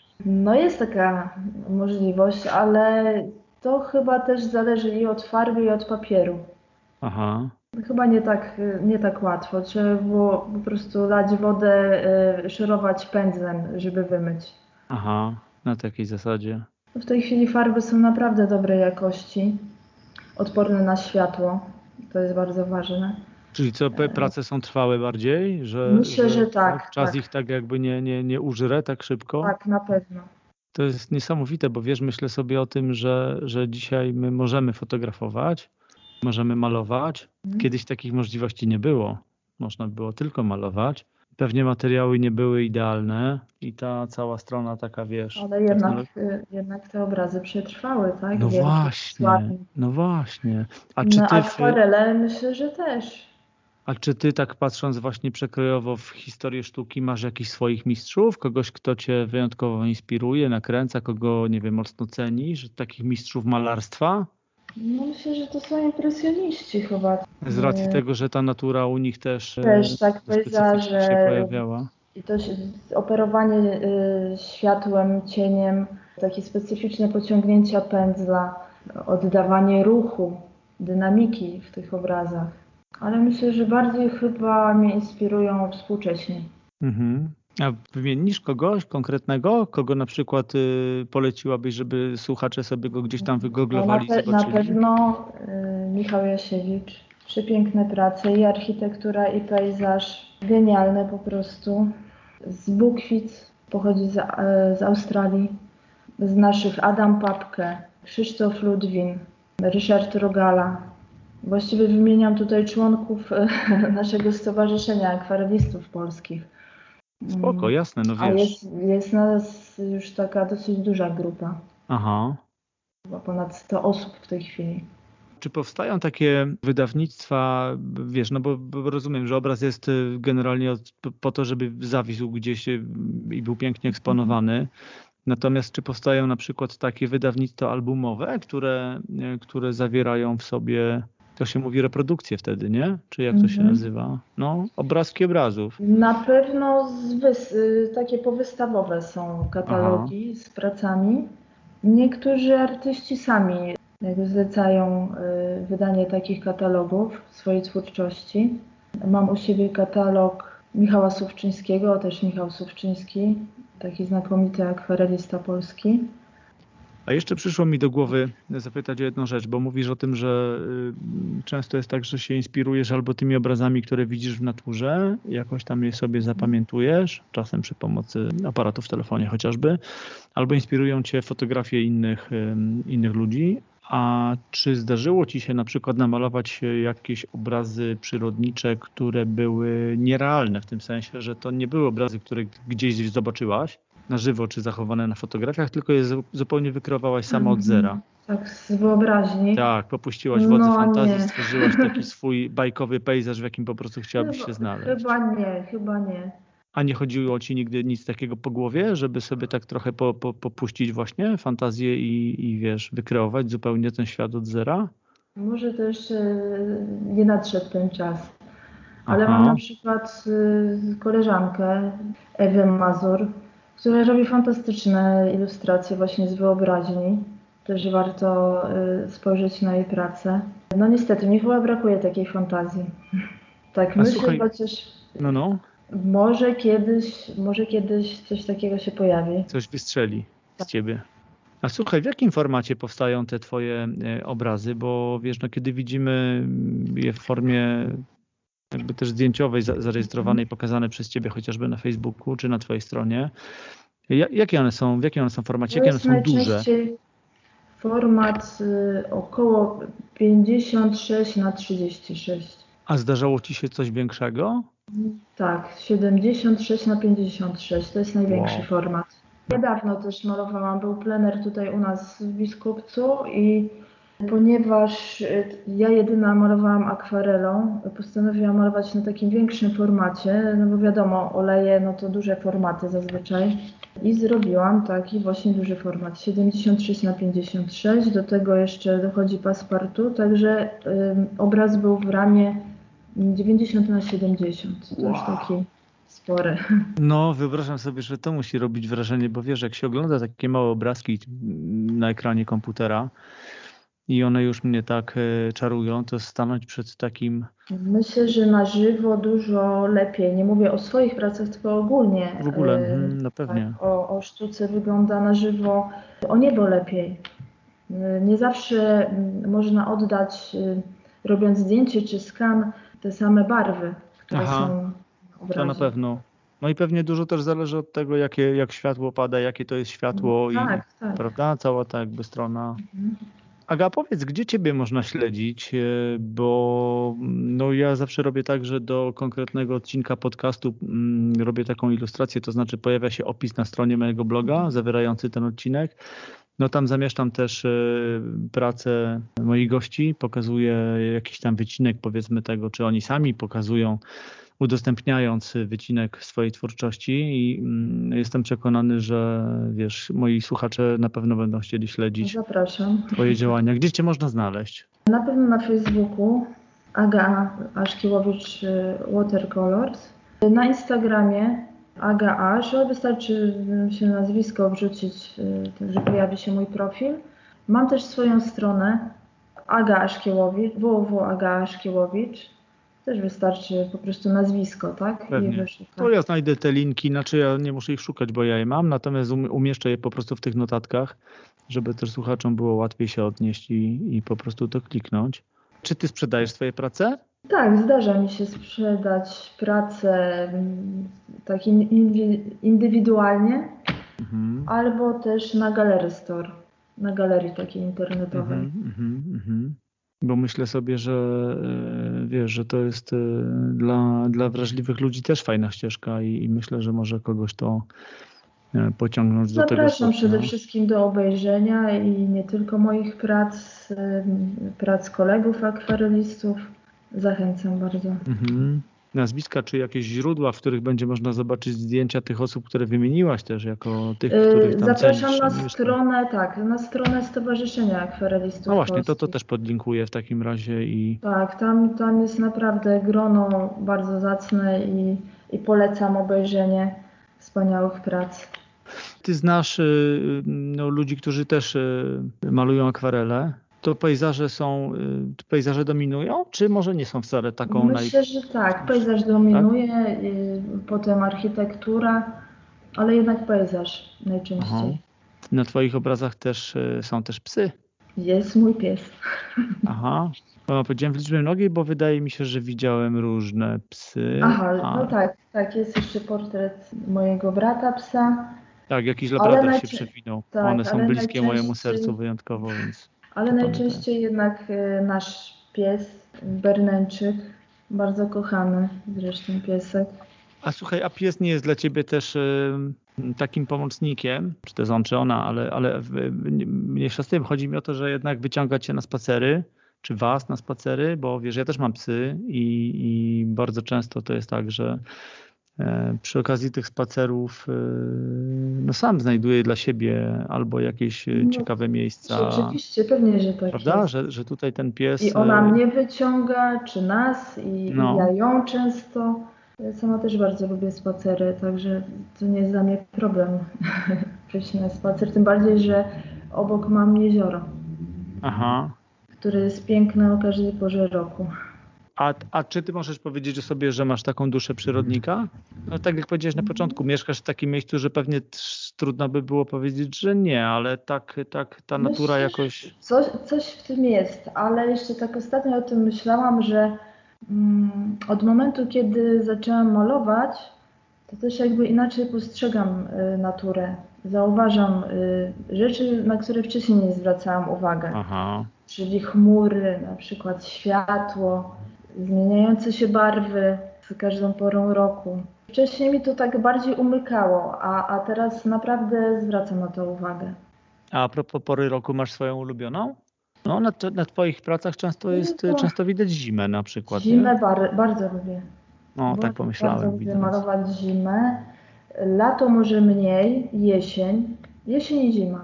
No jest taka możliwość, ale to chyba też zależy i od farby, i od papieru. Aha. Chyba nie tak łatwo. Trzeba było po prostu lać wodę, szorować pędzlem, żeby wymyć. Aha, na takiej zasadzie. W tej chwili farby są naprawdę dobrej jakości, odporne na światło. To jest bardzo ważne. Czyli co, prace są trwałe bardziej? Myślę, że tak, czas tak. ich tak jakby nie użre tak szybko? Tak, na pewno. To jest niesamowite, bo wiesz, myślę sobie o tym, że dzisiaj my możemy fotografować, możemy malować. Kiedyś takich możliwości nie było. Można było tylko malować. Pewnie materiały nie były idealne i ta cała strona taka, wiesz... Ale jednak te obrazy przetrwały, tak? No Wielkie, właśnie, sławne. no właśnie. No, akwarele myślę, że też. A czy ty tak patrząc właśnie przekrojowo w historię sztuki masz jakichś swoich mistrzów? Kogoś, kto cię wyjątkowo inspiruje, nakręca, kogo, nie wiem, mocno cenisz? Takich mistrzów malarstwa? No myślę, że to są impresjoniści chyba. Z racji tego, że ta natura u nich też tak specyficznie pejzaże się pojawiała. i to operowanie światłem, cieniem, takie specyficzne pociągnięcia pędzla, oddawanie ruchu, dynamiki w tych obrazach. Ale myślę, że bardziej chyba mnie inspirują współcześni. Mhm. A wymienisz kogoś konkretnego? Kogo na przykład poleciłabyś, żeby słuchacze sobie go gdzieś tam wygooglowali, zobaczyli? Na pewno Michał Jasiewicz. Przepiękne prace i architektura, i pejzaż. Genialne po prostu. Z Bukwic, pochodzi z Australii. Z naszych Adam Papke, Krzysztof Ludwin, Ryszard Rogala. Właściwie wymieniam tutaj członków naszego Stowarzyszenia Akwarelistów Polskich. Spoko, jasne, no A wiesz. jest nas już taka dosyć duża grupa. Aha. Chyba ponad 100 osób w tej chwili. Czy powstają takie wydawnictwa, wiesz, no bo rozumiem, że obraz jest generalnie po to, żeby zawisł gdzieś i był pięknie eksponowany. Natomiast czy powstają na przykład takie wydawnictwa albumowe, które zawierają w sobie, to się mówi reprodukcje wtedy, nie? Czy jak to się nazywa? No, obrazki obrazów. Na pewno takie powystawowe są katalogi z pracami. Niektórzy artyści sami jakby zlecają wydanie takich katalogów swojej twórczości. Mam u siebie katalog Michała Suwczyńskiego, też Michał Suwczyński, taki znakomity akwarelista polski. A jeszcze przyszło mi do głowy zapytać o jedną rzecz, bo mówisz o tym, że często jest tak, że się inspirujesz albo tymi obrazami, które widzisz w naturze, jakoś tam je sobie zapamiętujesz, czasem przy pomocy aparatu w telefonie chociażby, albo inspirują cię fotografie innych ludzi. A czy zdarzyło ci się na przykład namalować jakieś obrazy przyrodnicze, które były nierealne, w tym sensie, że to nie były obrazy, które gdzieś zobaczyłaś na żywo czy zachowane na fotografiach, tylko je zupełnie wykreowałaś sama od zera? Tak z wyobraźni. Tak, popuściłaś wodze No fantazji, nie. stworzyłaś taki swój bajkowy pejzaż, w jakim po prostu chciałabyś się znaleźć. Chyba nie. A nie chodziło ci nigdy nic takiego po głowie, żeby sobie tak trochę popuścić właśnie fantazję i wiesz, wykreować zupełnie ten świat od zera? Może to jeszcze nie nadszedł ten czas. Ale mam Aha. na przykład koleżankę, Ewę Mazur, która robi fantastyczne ilustracje właśnie z wyobraźni. Też warto spojrzeć na jej pracę. No niestety, mi chyba brakuje takiej fantazji. Tak A myślę, słuchaj, chociaż no, może kiedyś coś takiego się pojawi. coś wystrzeli z ciebie. A słuchaj, w jakim formacie powstają te twoje obrazy? Bo wiesz, no kiedy widzimy je w formie jakby też zdjęciowej, zarejestrowanej, pokazane przez ciebie chociażby na Facebooku czy na twojej stronie, jakie one są, w jakim one są formacie, To jakie one jest są duże? najczęściej format około 56 na 36. A zdarzało ci się coś większego? Tak, 76 na 56 to jest największy Wow. format. Niedawno też malowałam, był plener tutaj u nas w Biskupcu i ponieważ ja jedyna malowałam akwarelą, postanowiłam malować na takim większym formacie, no bo wiadomo, oleje no to duże formaty zazwyczaj. I zrobiłam taki właśnie duży format, 76 na 56, do tego jeszcze dochodzi passepartout, także obraz był w ramie 90 na 70, to już taki spory. No, wyobrażam sobie, że to musi robić wrażenie, bo wiesz, jak się ogląda takie małe obrazki na ekranie komputera i one już mnie tak czarują, to stanąć przed takim... Myślę, że na żywo dużo lepiej. Nie mówię o swoich pracach, tylko ogólnie. W ogóle, no pewnie. Tak, o sztuce wygląda na żywo o niebo lepiej. Nie zawsze można oddać, robiąc zdjęcie czy skan, te same barwy, które Aha, są w obrazie. to na pewno. No i pewnie dużo też zależy od tego, jak światło pada, jakie to jest światło i Tak. prawda, cała ta jakby strona. Aga, powiedz, gdzie ciebie można śledzić, bo no ja zawsze robię tak, że do konkretnego odcinka podcastu robię taką ilustrację, to znaczy pojawia się opis na stronie mojego bloga zawierający ten odcinek. No tam zamieszczam też pracę moich gości, pokazuję jakiś tam wycinek powiedzmy tego, czy oni sami pokazują, udostępniając wycinek swojej twórczości i jestem przekonany, że wiesz, moi słuchacze na pewno będą chcieli śledzić Zapraszam. twoje działania. Gdzie cię można znaleźć? Na pewno na Facebooku Aga Aszkiłowicz Watercolors. Na Instagramie Aga Aż, wystarczy się nazwisko wrzucić, także pojawi się mój profil. Mam też swoją stronę Aga Aszkiłowicz, www.agaaszkiłowicz. Też wystarczy po prostu nazwisko, tak? Pewnie. I wyszuka. To ja znajdę te linki, znaczy ja nie muszę ich szukać, bo ja je mam, natomiast umieszczę je po prostu w tych notatkach, żeby też słuchaczom było łatwiej się odnieść i po prostu to kliknąć. Czy ty sprzedajesz swoje prace? Tak, zdarza mi się sprzedać pracę tak indywidualnie, albo też na Gallery Store, na galerii takiej internetowej. Bo myślę sobie, że wiesz, że to jest dla wrażliwych ludzi też fajna ścieżka i myślę, że może kogoś to pociągnąć do tego. Zapraszam przede wszystkim do obejrzenia i nie tylko moich prac kolegów akwarelistów. Zachęcam bardzo. Nazwiska czy jakieś źródła, w których będzie można zobaczyć zdjęcia tych osób, które wymieniłaś też jako tych, których tam zapraszam cenisz, na stronę Stowarzyszenia Akwarelistów. No właśnie, to też podlinkuję w takim razie i... Tak, tam jest naprawdę grono bardzo zacne i polecam obejrzenie wspaniałych prac. Ty znasz ludzi, którzy też malują akwarele. To pejzaże dominują, czy może nie są wcale taką... Myślę, że tak, pejzaż dominuje, tak? Potem architektura, ale jednak pejzaż najczęściej. Aha. Na twoich obrazach też są też psy? Jest mój pies. Aha, bo powiedziałem w liczbie mnogiej, bo wydaje mi się, że widziałem różne psy. Aha, no tak, jest jeszcze portret mojego brata psa. Tak, jakiś labrador się przewinął. Tak, one są bliskie mojemu sercu wyjątkowo, więc... Ale najczęściej jednak nasz pies, Bernęczyk, bardzo kochany zresztą piesek. A słuchaj, a pies nie jest dla ciebie też takim pomocnikiem, czy to jest on, czy ona, ale mniejsza z tym. Chodzi mi o to, że jednak wyciągać się na spacery, czy was na spacery, bo wiesz, ja też mam psy i bardzo często to jest tak, że przy okazji tych spacerów no sam znajduję dla siebie albo jakieś ciekawe miejsca. Rzeczywiście, pewnie, że tak Prawda? jest. Że tutaj ten pies... I ona mnie wyciąga, czy nas, i ja ją często. Ja sama też bardzo lubię spacery, także to nie jest dla mnie problem przejść na spacer, tym bardziej, że obok mam jezioro, które jest piękne o każdej porze roku. A czy ty możesz powiedzieć o sobie, że masz taką duszę przyrodnika? No tak jak powiedziałeś na początku, mieszkasz w takim miejscu, że pewnie trudno by było powiedzieć, że nie, ale tak ta natura jakoś... Coś w tym jest, ale jeszcze tak ostatnio o tym myślałam, że od momentu, kiedy zaczęłam malować, to też jakby inaczej postrzegam naturę. Zauważam rzeczy, na które wcześniej nie zwracałam uwagi. Czyli chmury, na przykład światło, zmieniające się barwy z każdą porą roku. Wcześniej mi to tak bardziej umykało, a teraz naprawdę zwracam na to uwagę. A propos pory roku, masz swoją ulubioną? No na twoich pracach często widać zimę na przykład. Zimę bardzo lubię. No tak pomyślałem. Bardzo lubię malować zimę. Lato może mniej, jesień i zima.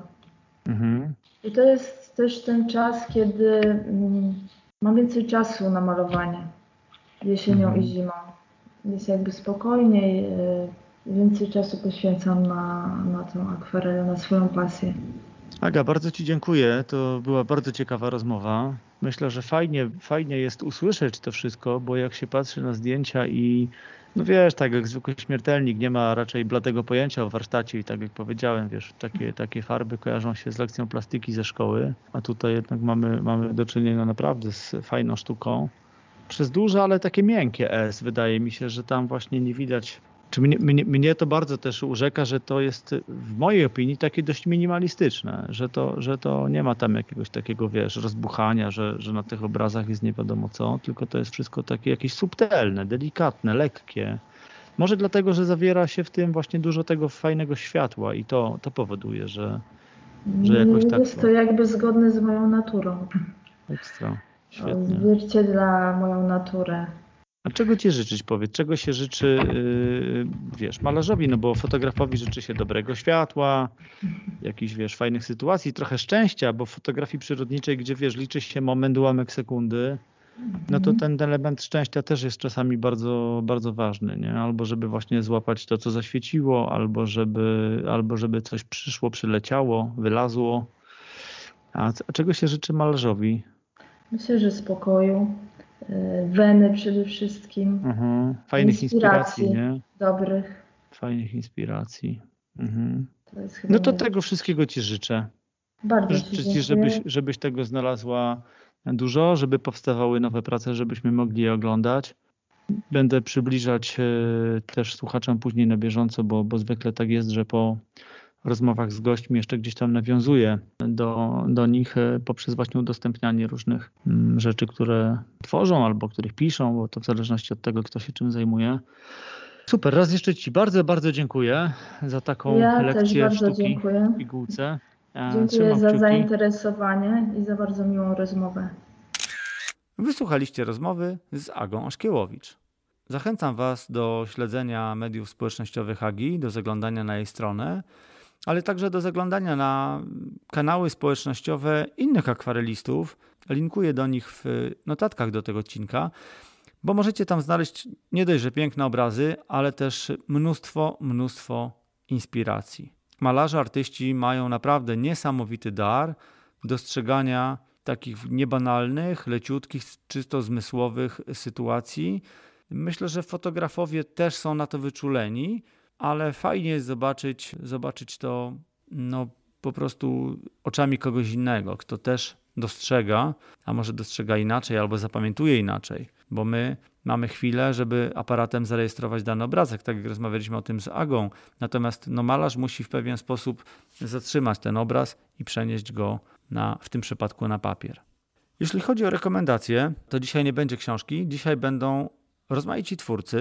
I to jest też ten czas, kiedy mam więcej czasu na malowanie. Jesienią i zimą. Jest jakby spokojniej, więcej czasu poświęcam na tą akwarelę, na swoją pasję. Aga, bardzo ci dziękuję. To była bardzo ciekawa rozmowa. Myślę, że fajnie jest usłyszeć to wszystko, bo jak się patrzy na zdjęcia i no wiesz, tak jak zwykły śmiertelnik nie ma raczej bladego pojęcia o warsztacie i tak jak powiedziałem, wiesz, takie farby kojarzą się z lekcją plastyki ze szkoły, a tutaj jednak mamy do czynienia naprawdę z fajną sztuką. Przez duże, ale takie miękkie S. Wydaje mi się, że tam właśnie nie widać. Czy mnie to bardzo też urzeka, że to jest w mojej opinii takie dość minimalistyczne, że to nie ma tam jakiegoś takiego, wiesz, rozbuchania, że na tych obrazach jest nie wiadomo co, tylko to jest wszystko takie jakieś subtelne, delikatne, lekkie. Może dlatego, że zawiera się w tym właśnie dużo tego fajnego światła i to powoduje, że jakoś tak... Jest to jakby zgodne z moją naturą. Ekstra, świetnie. Odzwierciedla moją naturę. A czego ci życzyć, powiedz? Czego się życzy, wiesz, malarzowi? No bo fotografowi życzy się dobrego światła, jakichś, wiesz, fajnych sytuacji, trochę szczęścia, bo w fotografii przyrodniczej, gdzie, wiesz, liczy się moment, ułamek sekundy, no to ten element szczęścia też jest czasami bardzo, bardzo ważny, nie? Albo żeby właśnie złapać to, co zaświeciło, albo żeby coś przyszło, przyleciało, wylazło. A czego się życzy malarzowi? Myślę, że spokoju. Weny przede wszystkim. Fajnych inspiracji, nie? Dobrych. Fajnych inspiracji. To jest chyba tego wszystkiego ci życzę. Bardzo życzę ci, żebyś tego znalazła dużo, żeby powstawały nowe prace, żebyśmy mogli je oglądać. Będę przybliżać też słuchaczom później na bieżąco, bo zwykle tak jest, że po rozmowach z gośćmi jeszcze gdzieś tam nawiązuję do nich poprzez właśnie udostępnianie różnych rzeczy, które tworzą albo których piszą, bo to w zależności od tego, kto się czym zajmuje. Super, raz jeszcze ci bardzo, bardzo dziękuję za taką lekcję sztuki w pigułce. Dziękuję za zainteresowanie i za bardzo miłą rozmowę. Wysłuchaliście rozmowy z Agą Oszkiełowicz. Zachęcam Was do śledzenia mediów społecznościowych Agi, do zaglądania na jej stronę, ale także do zaglądania na kanały społecznościowe innych akwarelistów. Linkuję do nich w notatkach do tego odcinka, bo możecie tam znaleźć nie dość, że piękne obrazy, ale też mnóstwo inspiracji. Malarze, artyści mają naprawdę niesamowity dar dostrzegania takich niebanalnych, leciutkich, czysto zmysłowych sytuacji. Myślę, że fotografowie też są na to wyczuleni, ale fajnie jest zobaczyć to po prostu oczami kogoś innego, kto też dostrzega, a może dostrzega inaczej albo zapamiętuje inaczej, bo my mamy chwilę, żeby aparatem zarejestrować dany obrazek, tak jak rozmawialiśmy o tym z Agą, natomiast malarz musi w pewien sposób zatrzymać ten obraz i przenieść go w tym przypadku na papier. Jeśli chodzi o rekomendacje, to dzisiaj nie będzie książki, dzisiaj będą rozmaici twórcy,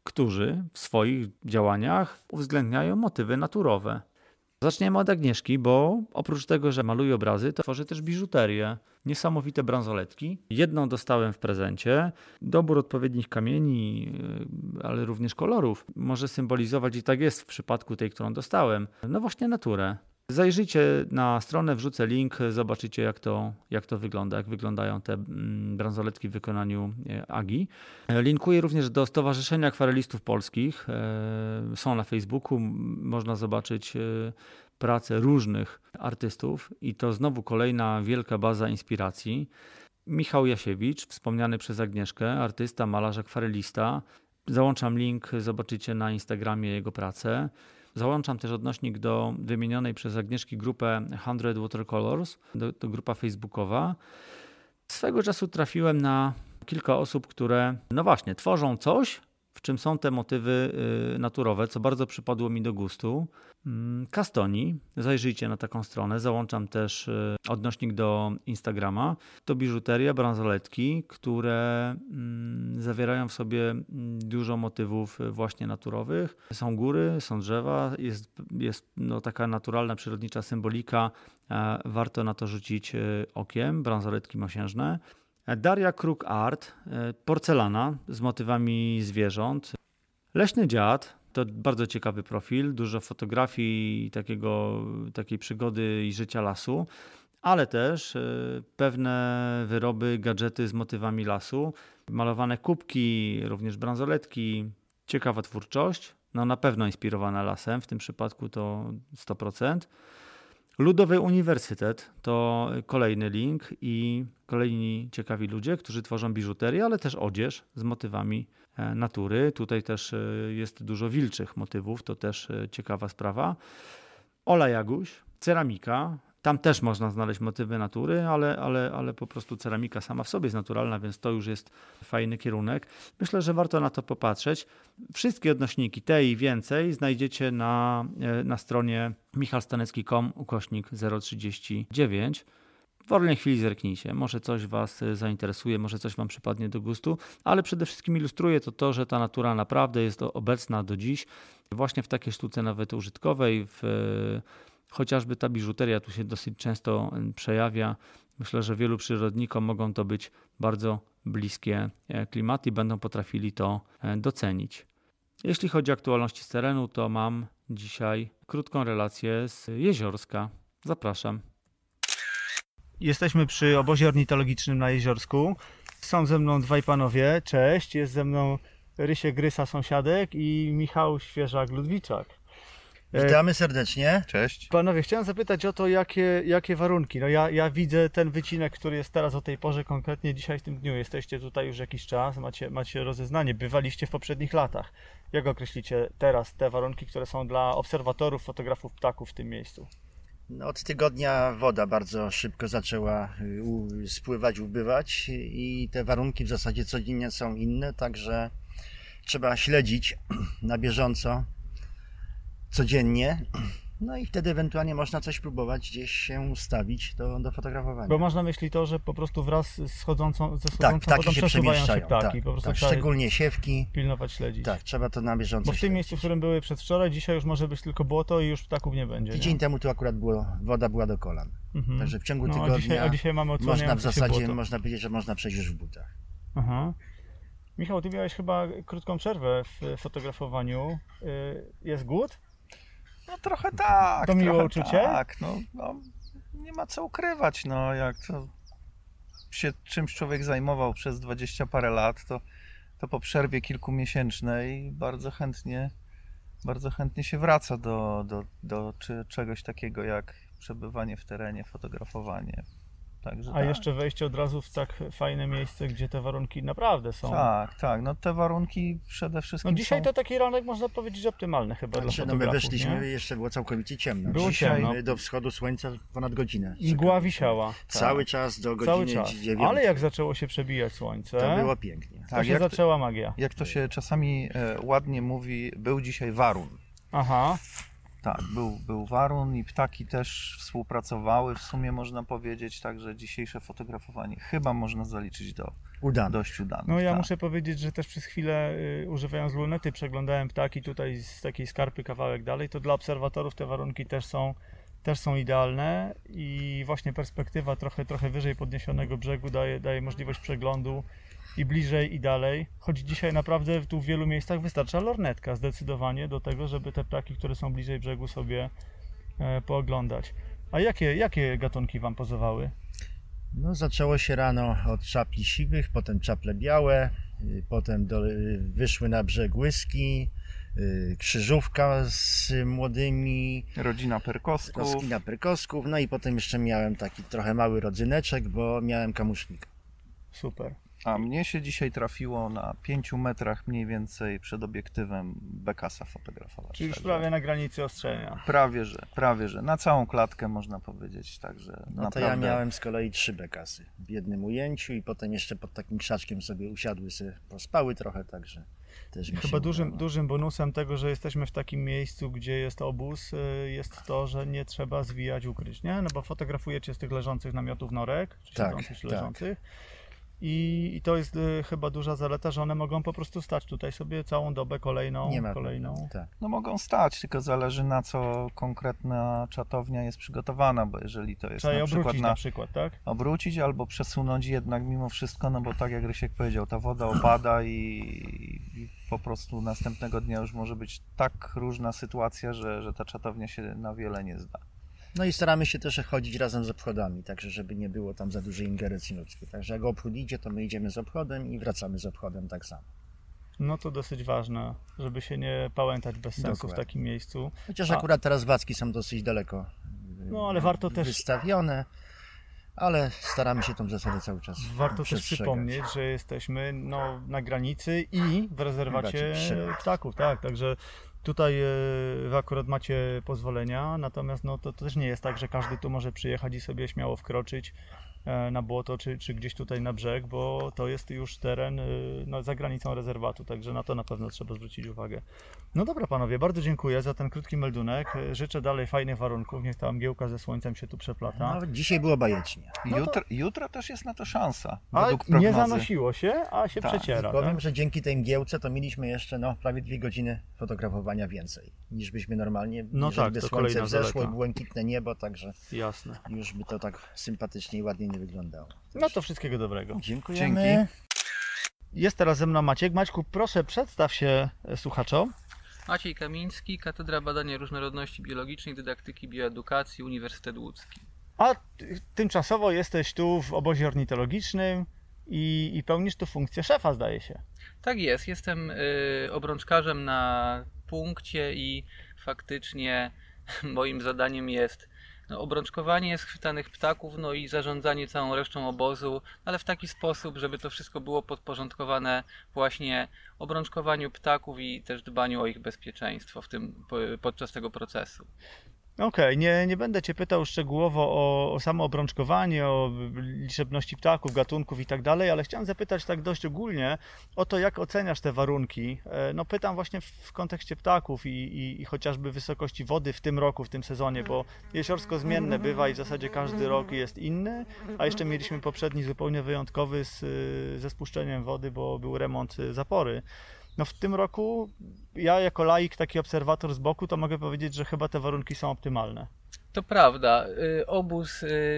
którzy w swoich działaniach uwzględniają motywy naturowe. Zaczniemy od Agnieszki, bo oprócz tego, że maluje obrazy, to tworzy też biżuterię. Niesamowite bransoletki. Jedną dostałem w prezencie. Dobór odpowiednich kamieni, ale również kolorów może symbolizować, i tak jest w przypadku tej, którą dostałem, no właśnie naturę. Zajrzyjcie na stronę, wrzucę link, zobaczycie jak to wygląda, jak wyglądają te bransoletki w wykonaniu Agi. Linkuję również do Stowarzyszenia Akwarelistów Polskich. Są na Facebooku, można zobaczyć pracę różnych artystów i to znowu kolejna wielka baza inspiracji. Michał Jasiewicz, wspomniany przez Agnieszkę, artysta, malarz, akwarelista. Załączam link, zobaczycie na Instagramie jego pracę. Załączam też odnośnik do wymienionej przez Agnieszki grupę 100 Watercolors, to grupa facebookowa. Swego czasu trafiłem na kilka osób, które no właśnie tworzą coś, w czym są te motywy naturowe, co bardzo przypadło mi do gustu. Castoni, zajrzyjcie na taką stronę, załączam też odnośnik do Instagrama. To biżuteria, bransoletki, które zawierają w sobie dużo motywów właśnie naturowych. Są góry, są drzewa, jest no taka naturalna, przyrodnicza symbolika. Warto na to rzucić okiem, bransoletki mosiężne. Daria Kruk Art, porcelana z motywami zwierząt. Leśny Dziad, to bardzo ciekawy profil, dużo fotografii takiej przygody i życia lasu, ale też pewne wyroby, gadżety z motywami lasu, malowane kubki, również bransoletki, ciekawa twórczość, no na pewno inspirowana lasem, w tym przypadku to 100%. Ludowy Uniwersytet to kolejny link i kolejni ciekawi ludzie, którzy tworzą biżuterię, ale też odzież z motywami natury. Tutaj też jest dużo wilczych motywów, to też ciekawa sprawa. Ola Jaguś, ceramika. Tam też można znaleźć motywy natury, ale po prostu ceramika sama w sobie jest naturalna, więc to już jest fajny kierunek. Myślę, że warto na to popatrzeć. Wszystkie odnośniki, te i więcej, znajdziecie na stronie michalstanecki.com/039. W wolnej chwili zerknijcie. Może coś Was zainteresuje, może coś Wam przypadnie do gustu, ale przede wszystkim ilustruje to, że ta natura naprawdę jest obecna do dziś. Właśnie w takiej sztuce nawet użytkowej, chociażby ta biżuteria tu się dosyć często przejawia. Myślę, że wielu przyrodnikom mogą to być bardzo bliskie klimaty i będą potrafili to docenić. Jeśli chodzi o aktualności z terenu, to mam dzisiaj krótką relację z Jeziorska. Zapraszam. Jesteśmy przy obozie ornitologicznym na Jeziorsku. Są ze mną dwaj panowie. Cześć, jest ze mną Rysiek Grysa, sąsiadek, i Michał Świeżak-Ludwiczak. Witamy serdecznie. Cześć. Panowie, chciałem zapytać o to, jakie warunki. No ja widzę ten wycinek, który jest teraz o tej porze, konkretnie dzisiaj w tym dniu. Jesteście tutaj już jakiś czas, macie rozeznanie, bywaliście w poprzednich latach. Jak określicie teraz te warunki, które są dla obserwatorów, fotografów ptaków w tym miejscu? No, od tygodnia woda bardzo szybko zaczęła spływać, ubywać i te warunki w zasadzie codziennie są inne, także trzeba śledzić na bieżąco, codziennie. No i wtedy ewentualnie można coś próbować gdzieś się ustawić do fotografowania. Bo masz na myśli to, że po prostu wraz ze schodzącą ptaki wodą się przesuwają się przemieszczają. ptaki. Tak, po prostu tak, trzeba szczególnie siewki. pilnować, śledzić. Tak, trzeba to na bieżąco Bo w tym śledzić. miejscu, w którym były przedwczoraj, dzisiaj już może być tylko błoto i już ptaków nie będzie. Tydzień nie? temu tu akurat woda była do kolan. Mhm. Także w ciągu No, tygodnia a dzisiaj mamy można w odsłaniające się zasadzie, błoto. można powiedzieć, że można przejść już w butach. Aha. Michał, ty miałeś chyba krótką przerwę w fotografowaniu. Jest głód? No trochę tak. To miłe trochę uczucie? Tak, no nie ma co ukrywać, no jak to się czymś człowiek zajmował przez 20 parę lat, to po przerwie kilkumiesięcznej bardzo chętnie się wraca do czegoś takiego jak przebywanie w terenie, fotografowanie. Także A tak. jeszcze wejście od razu w tak fajne miejsce, gdzie te warunki naprawdę są. Tak, no te warunki przede wszystkim No dzisiaj są... to taki ranek można powiedzieć, że optymalny chyba dla Znaczy, no my fotografów, weszliśmy, nie? jeszcze było całkowicie ciemno. Było Dzisiaj ciemno. do wschodu słońca ponad godzinę. Mgła wisiała. Cały czas do Cały godziny czas. 9. Ale jak zaczęło się przebijać słońce, To było pięknie. to Tak, się zaczęła magia. Jak to się czasami ładnie mówi, był dzisiaj warun. Aha. Tak, był warun i ptaki też współpracowały, w sumie można powiedzieć, także dzisiejsze fotografowanie chyba można zaliczyć do dość udanych. No ja tak. muszę powiedzieć, że też przez chwilę używając lunety przeglądałem ptaki tutaj z takiej skarpy kawałek dalej, to dla obserwatorów te warunki też są idealne i właśnie perspektywa trochę wyżej podniesionego brzegu daje możliwość przeglądu i bliżej i dalej, choć dzisiaj naprawdę tu w wielu miejscach wystarcza lornetka zdecydowanie do tego, żeby te ptaki, które są bliżej brzegu sobie pooglądać. A jakie gatunki Wam pozowały? No, zaczęło się rano od czapli siwych, potem czaple białe, potem wyszły na brzeg łyski, krzyżówka z młodymi, Rodzina perkosków, no i potem jeszcze miałem taki trochę mały rodzyneczek, bo miałem kamusznika. Super. A mnie się dzisiaj trafiło na 5 metrach mniej więcej przed obiektywem bekasa fotografować. Czyli już także prawie na granicy ostrzenia. Prawie, że. Na całą klatkę można powiedzieć, także No to naprawdę... ja miałem z kolei 3 bekasy w jednym ujęciu i potem jeszcze pod takim krzaczkiem sobie usiadły, sobie pospały trochę, także też mi Chyba się udało. dużym bonusem tego, że jesteśmy w takim miejscu, gdzie jest obóz, jest to, że nie trzeba zwijać ukryć, nie? No bo fotografujecie z tych leżących namiotów norek, czy Tak, siedzących, czy tak. leżących. I to jest chyba duża zaleta, że one mogą po prostu stać tutaj sobie całą dobę kolejną. Nie ma kolejną. problemu, tak. No mogą stać, tylko zależy na co konkretna czatownia jest przygotowana, bo jeżeli to jest Trzeba je na przykład obrócić na przykład, tak? obrócić albo przesunąć jednak mimo wszystko, no bo tak jak Rysiek powiedział, ta woda opada i po prostu następnego dnia już może być tak różna sytuacja, że ta czatownia się na wiele nie zda. No i staramy się też chodzić razem z obchodami, także żeby nie było tam za dużej ingerencji ludzkiej. Także jak obchód idzie, to my idziemy z obchodem i wracamy z obchodem tak samo. No to dosyć ważne, żeby się nie pałętać bez sensu w Dokładnie. takim miejscu. Chociaż akurat teraz wacki są dosyć daleko No ale warto też wystawione, ale staramy się tą zasadę cały czas Warto też przestrzegać. przypomnieć, że jesteśmy na granicy i w rezerwacie Rezerwacie ptaków, tak, także tutaj wy akurat macie pozwolenia, natomiast no, to też nie jest tak, że każdy tu może przyjechać i sobie śmiało wkroczyć na błoto czy gdzieś tutaj na brzeg, bo to jest już teren za granicą rezerwatu, także na to na pewno trzeba zwrócić uwagę. No dobra panowie, bardzo dziękuję za ten krótki meldunek, życzę dalej fajnych warunków, niech ta mgiełka ze słońcem się tu przeplata. No, dzisiaj było bajecznie. No to- Jutro też jest na to szansa, A według nie prognozy. zanosiło się, a się Tak. przeciera. Powiem, Tak? że dzięki tej mgiełce to mieliśmy jeszcze prawie 2 godziny fotografowania więcej niż byśmy normalnie, No jeżeli tak, by to słońce kolejna wzeszło zaleta. i błękitne niebo, także Jasne. już by to tak sympatycznie i ładnie nie wyglądało. No to wszystkiego dobrego. Dziękujemy. Dzięki. Jest teraz ze mną Maciek. Maćku, proszę przedstaw się słuchaczom. Maciej Kamiński, Katedra Badania Różnorodności Biologicznej, Dydaktyki Bioedukacji, Uniwersytet Łódzki. A tymczasowo jesteś tu w obozie ornitologicznym i pełnisz tu funkcję szefa, zdaje się. Tak jest, jestem obrączkarzem na punkcie i faktycznie moim zadaniem jest obrączkowanie schwytanych ptaków, no i zarządzanie całą resztą obozu, ale w taki sposób, żeby to wszystko było podporządkowane właśnie obrączkowaniu ptaków i też dbaniu o ich bezpieczeństwo podczas tego procesu. Okej, nie będę Cię pytał szczegółowo o samo obrączkowanie, o liczebności ptaków, gatunków i tak dalej, ale chciałem zapytać tak dość ogólnie o to, jak oceniasz te warunki. No pytam właśnie w kontekście ptaków i chociażby wysokości wody w tym roku, w tym sezonie, bo jeziorsko zmienne bywa i w zasadzie każdy rok jest inny, a jeszcze mieliśmy poprzedni zupełnie wyjątkowy ze spuszczeniem wody, bo był remont zapory. No w tym roku ja jako laik, taki obserwator z boku, to mogę powiedzieć, że chyba te warunki są optymalne. To prawda, obóz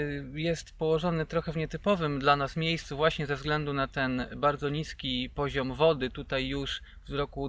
jest położony trochę w nietypowym dla nas miejscu właśnie ze względu na ten bardzo niski poziom wody. Tutaj już w roku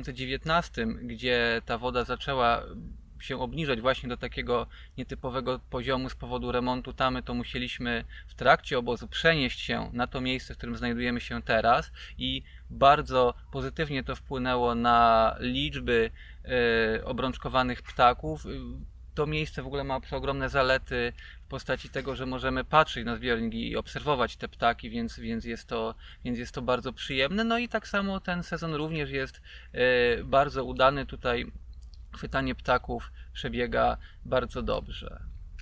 2019, gdzie ta woda zaczęła się obniżać właśnie do takiego nietypowego poziomu z powodu remontu tamy, to musieliśmy w trakcie obozu przenieść się na to miejsce, w którym znajdujemy się teraz i bardzo pozytywnie to wpłynęło na liczby obrączkowanych ptaków. To miejsce w ogóle ma przeogromne zalety w postaci tego, że możemy patrzeć na zbiornik i obserwować te ptaki, więc jest to bardzo przyjemne. No i tak samo ten sezon również jest bardzo udany. Tutaj chwytanie ptaków przebiega bardzo dobrze.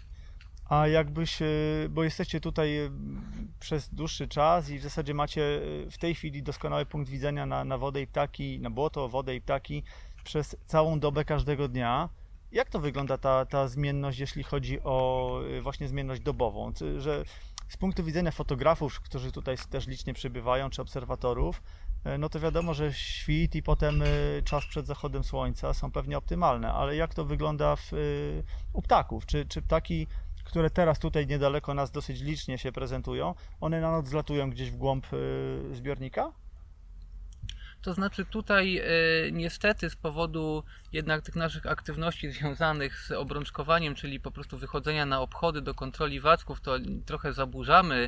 A jakbyś, bo jesteście tutaj przez dłuższy czas i w zasadzie macie w tej chwili doskonały punkt widzenia na wodę i ptaki, na błoto, wodę i ptaki przez całą dobę każdego dnia, Jak to wygląda ta zmienność, jeśli chodzi o właśnie zmienność dobową? Że z punktu widzenia fotografów, którzy tutaj też licznie przybywają, czy obserwatorów, no to wiadomo, że świt i potem czas przed zachodem słońca są pewnie optymalne, ale jak to wygląda u ptaków? Czy ptaki, które teraz tutaj niedaleko nas dosyć licznie się prezentują, one na noc zlatują gdzieś w głąb zbiornika? To znaczy tutaj niestety z powodu jednak tych naszych aktywności związanych z obrączkowaniem, czyli po prostu wychodzenia na obchody do kontroli wacków, to trochę zaburzamy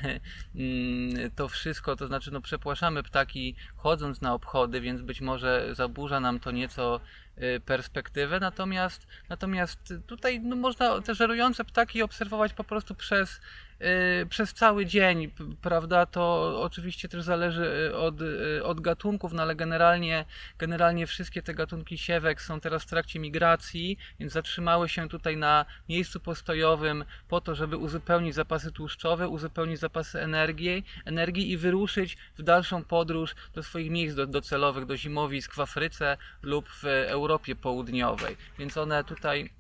to wszystko, to znaczy no przepłaszamy ptaki chodząc na obchody, więc być może zaburza nam to nieco perspektywę, natomiast tutaj no, można te żerujące ptaki obserwować po prostu przez cały dzień, prawda? To oczywiście też zależy od gatunków, no ale generalnie wszystkie te gatunki siewek są teraz w trakcie migracji, więc zatrzymały się tutaj na miejscu postojowym po to, żeby uzupełnić zapasy tłuszczowe, uzupełnić zapasy energii i wyruszyć w dalszą podróż do swoich miejsc docelowych, do zimowisk w Afryce lub w Europie Południowej. Więc one tutaj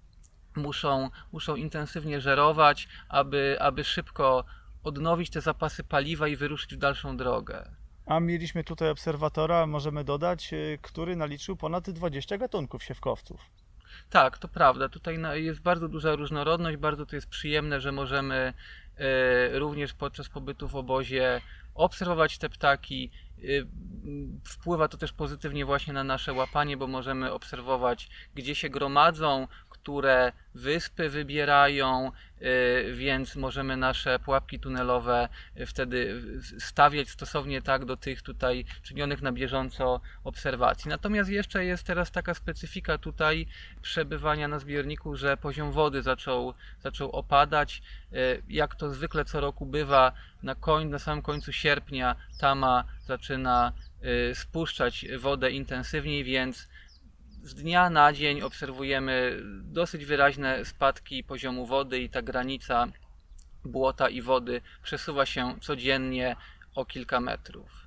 muszą intensywnie żerować, aby szybko odnowić te zapasy paliwa i wyruszyć w dalszą drogę. A mieliśmy tutaj obserwatora, możemy dodać, który naliczył ponad 20 gatunków siewkowców. Tak, to prawda. Tutaj jest bardzo duża różnorodność, bardzo to jest przyjemne, że możemy również podczas pobytu w obozie obserwować te ptaki. Wpływa to też pozytywnie właśnie na nasze łapanie, bo możemy obserwować, gdzie się gromadzą, które wyspy wybierają, więc możemy nasze pułapki tunelowe wtedy stawiać stosownie tak do tych tutaj czynionych na bieżąco obserwacji. Natomiast jeszcze jest teraz taka specyfika tutaj przebywania na zbiorniku, że poziom wody zaczął opadać. Jak to zwykle co roku bywa, na samym końcu sierpnia tama zaczyna spuszczać wodę intensywniej, więc z dnia na dzień obserwujemy dosyć wyraźne spadki poziomu wody i ta granica błota i wody przesuwa się codziennie o kilka metrów.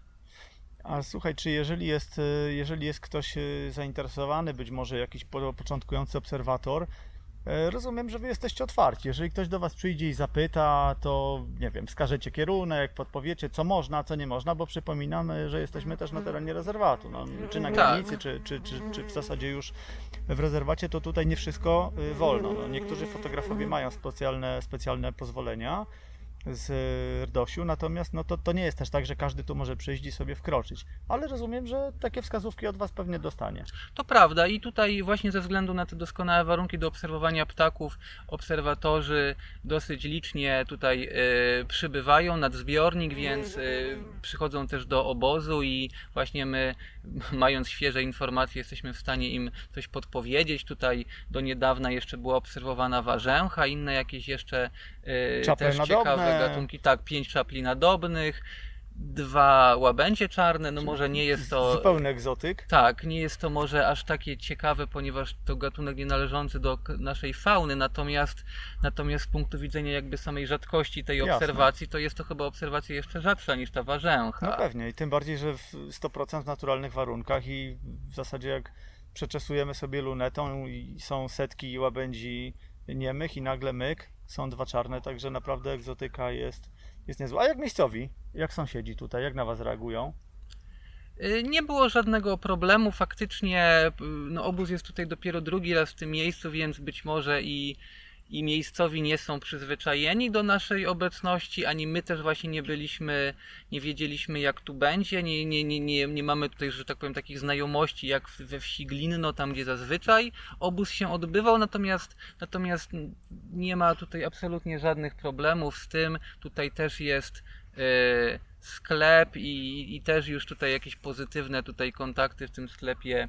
A słuchaj, czy jeżeli jest ktoś zainteresowany, być może jakiś początkujący obserwator, rozumiem, że wy jesteście otwarci. Jeżeli ktoś do was przyjdzie i zapyta, to nie wiem, wskażecie kierunek, podpowiecie, co można, co nie można, bo przypominam, że jesteśmy też na terenie rezerwatu. No, czy na granicy, czy w zasadzie już w rezerwacie, to tutaj nie wszystko wolno. No, niektórzy fotografowie mają specjalne pozwolenia z RDOŚ-u, natomiast no to nie jest też tak, że każdy tu może przyjść i sobie wkroczyć. Ale rozumiem, że takie wskazówki od was pewnie dostanie. To prawda i tutaj właśnie ze względu na te doskonałe warunki do obserwowania ptaków, obserwatorzy dosyć licznie tutaj przybywają nad zbiornik, więc przychodzą też do obozu i właśnie my, mając świeże informacje, jesteśmy w stanie im coś podpowiedzieć. Tutaj do niedawna jeszcze była obserwowana warzęcha, inne jakieś jeszcze też ciekawe gatunki. Tak, 5 czapli nadobnych, 2 łabędzie czarne, no może nie jest to... Zupełny egzotyk. Tak, nie jest to może aż takie ciekawe, ponieważ to gatunek nie należący do naszej fauny, natomiast z punktu widzenia jakby samej rzadkości tej obserwacji, to jest to chyba obserwacja jeszcze rzadsza niż ta warzęcha. No pewnie i tym bardziej, że w 100% naturalnych warunkach i w zasadzie jak przeczesujemy sobie lunetą i są setki łabędzi niemych i nagle myk, są 2 czarne, także naprawdę egzotyka jest niezła. A jak miejscowi? Jak sąsiedzi tutaj? Jak na was reagują? Nie było żadnego problemu. Faktycznie no, obóz jest tutaj dopiero drugi raz w tym miejscu, więc być może i miejscowi nie są przyzwyczajeni do naszej obecności, ani my też właśnie nie wiedzieliśmy jak tu będzie, nie mamy tutaj, że tak powiem, takich znajomości jak we wsi Glinno, tam gdzie zazwyczaj obóz się odbywał, natomiast nie ma tutaj absolutnie żadnych problemów z tym. Tutaj też jest sklep i też już tutaj jakieś pozytywne tutaj kontakty w tym sklepie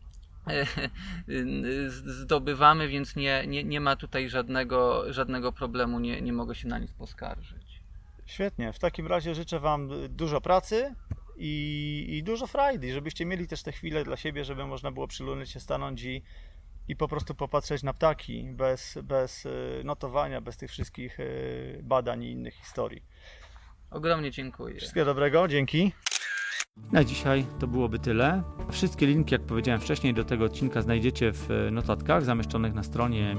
zdobywamy, więc nie ma tutaj żadnego problemu, nie mogę się na nic poskarżyć. Świetnie, w takim razie życzę wam dużo pracy i dużo frajdy, żebyście mieli też te chwile dla siebie, żeby można było przylunąć się, stanąć i po prostu popatrzeć na ptaki bez notowania, bez tych wszystkich badań i innych historii. Ogromnie dziękuję. Wszystkiego dobrego, dzięki. Na dzisiaj to byłoby tyle. Wszystkie linki, jak powiedziałem wcześniej, do tego odcinka znajdziecie w notatkach zamieszczonych na stronie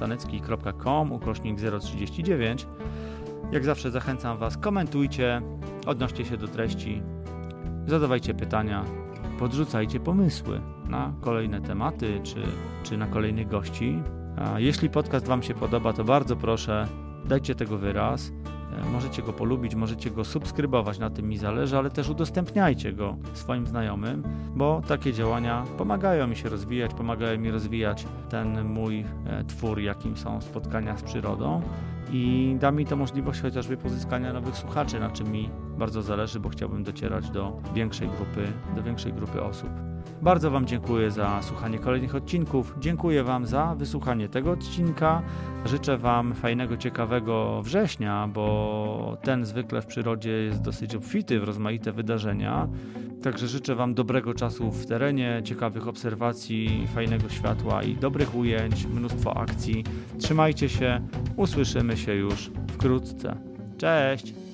michalstanecki.com/039. Jak zawsze zachęcam Was, komentujcie, odnoście się do treści, zadawajcie pytania, podrzucajcie pomysły na kolejne tematy czy na kolejnych gości. A jeśli podcast Wam się podoba, to bardzo proszę, dajcie tego wyraz. Możecie go polubić, możecie go subskrybować, na tym mi zależy, ale też udostępniajcie go swoim znajomym, bo takie działania pomagają mi się rozwijać, pomagają mi rozwijać ten mój twór, jakim są spotkania z przyrodą i da mi to możliwość chociażby pozyskania nowych słuchaczy, na czym mi bardzo zależy, bo chciałbym docierać do większej grupy osób. Bardzo Wam dziękuję za słuchanie kolejnych odcinków. Dziękuję Wam za wysłuchanie tego odcinka. Życzę Wam fajnego, ciekawego września, bo ten zwykle w przyrodzie jest dosyć obfity w rozmaite wydarzenia. Także życzę Wam dobrego czasu w terenie, ciekawych obserwacji, fajnego światła i dobrych ujęć, mnóstwo akcji. Trzymajcie się, usłyszymy się już wkrótce. Cześć!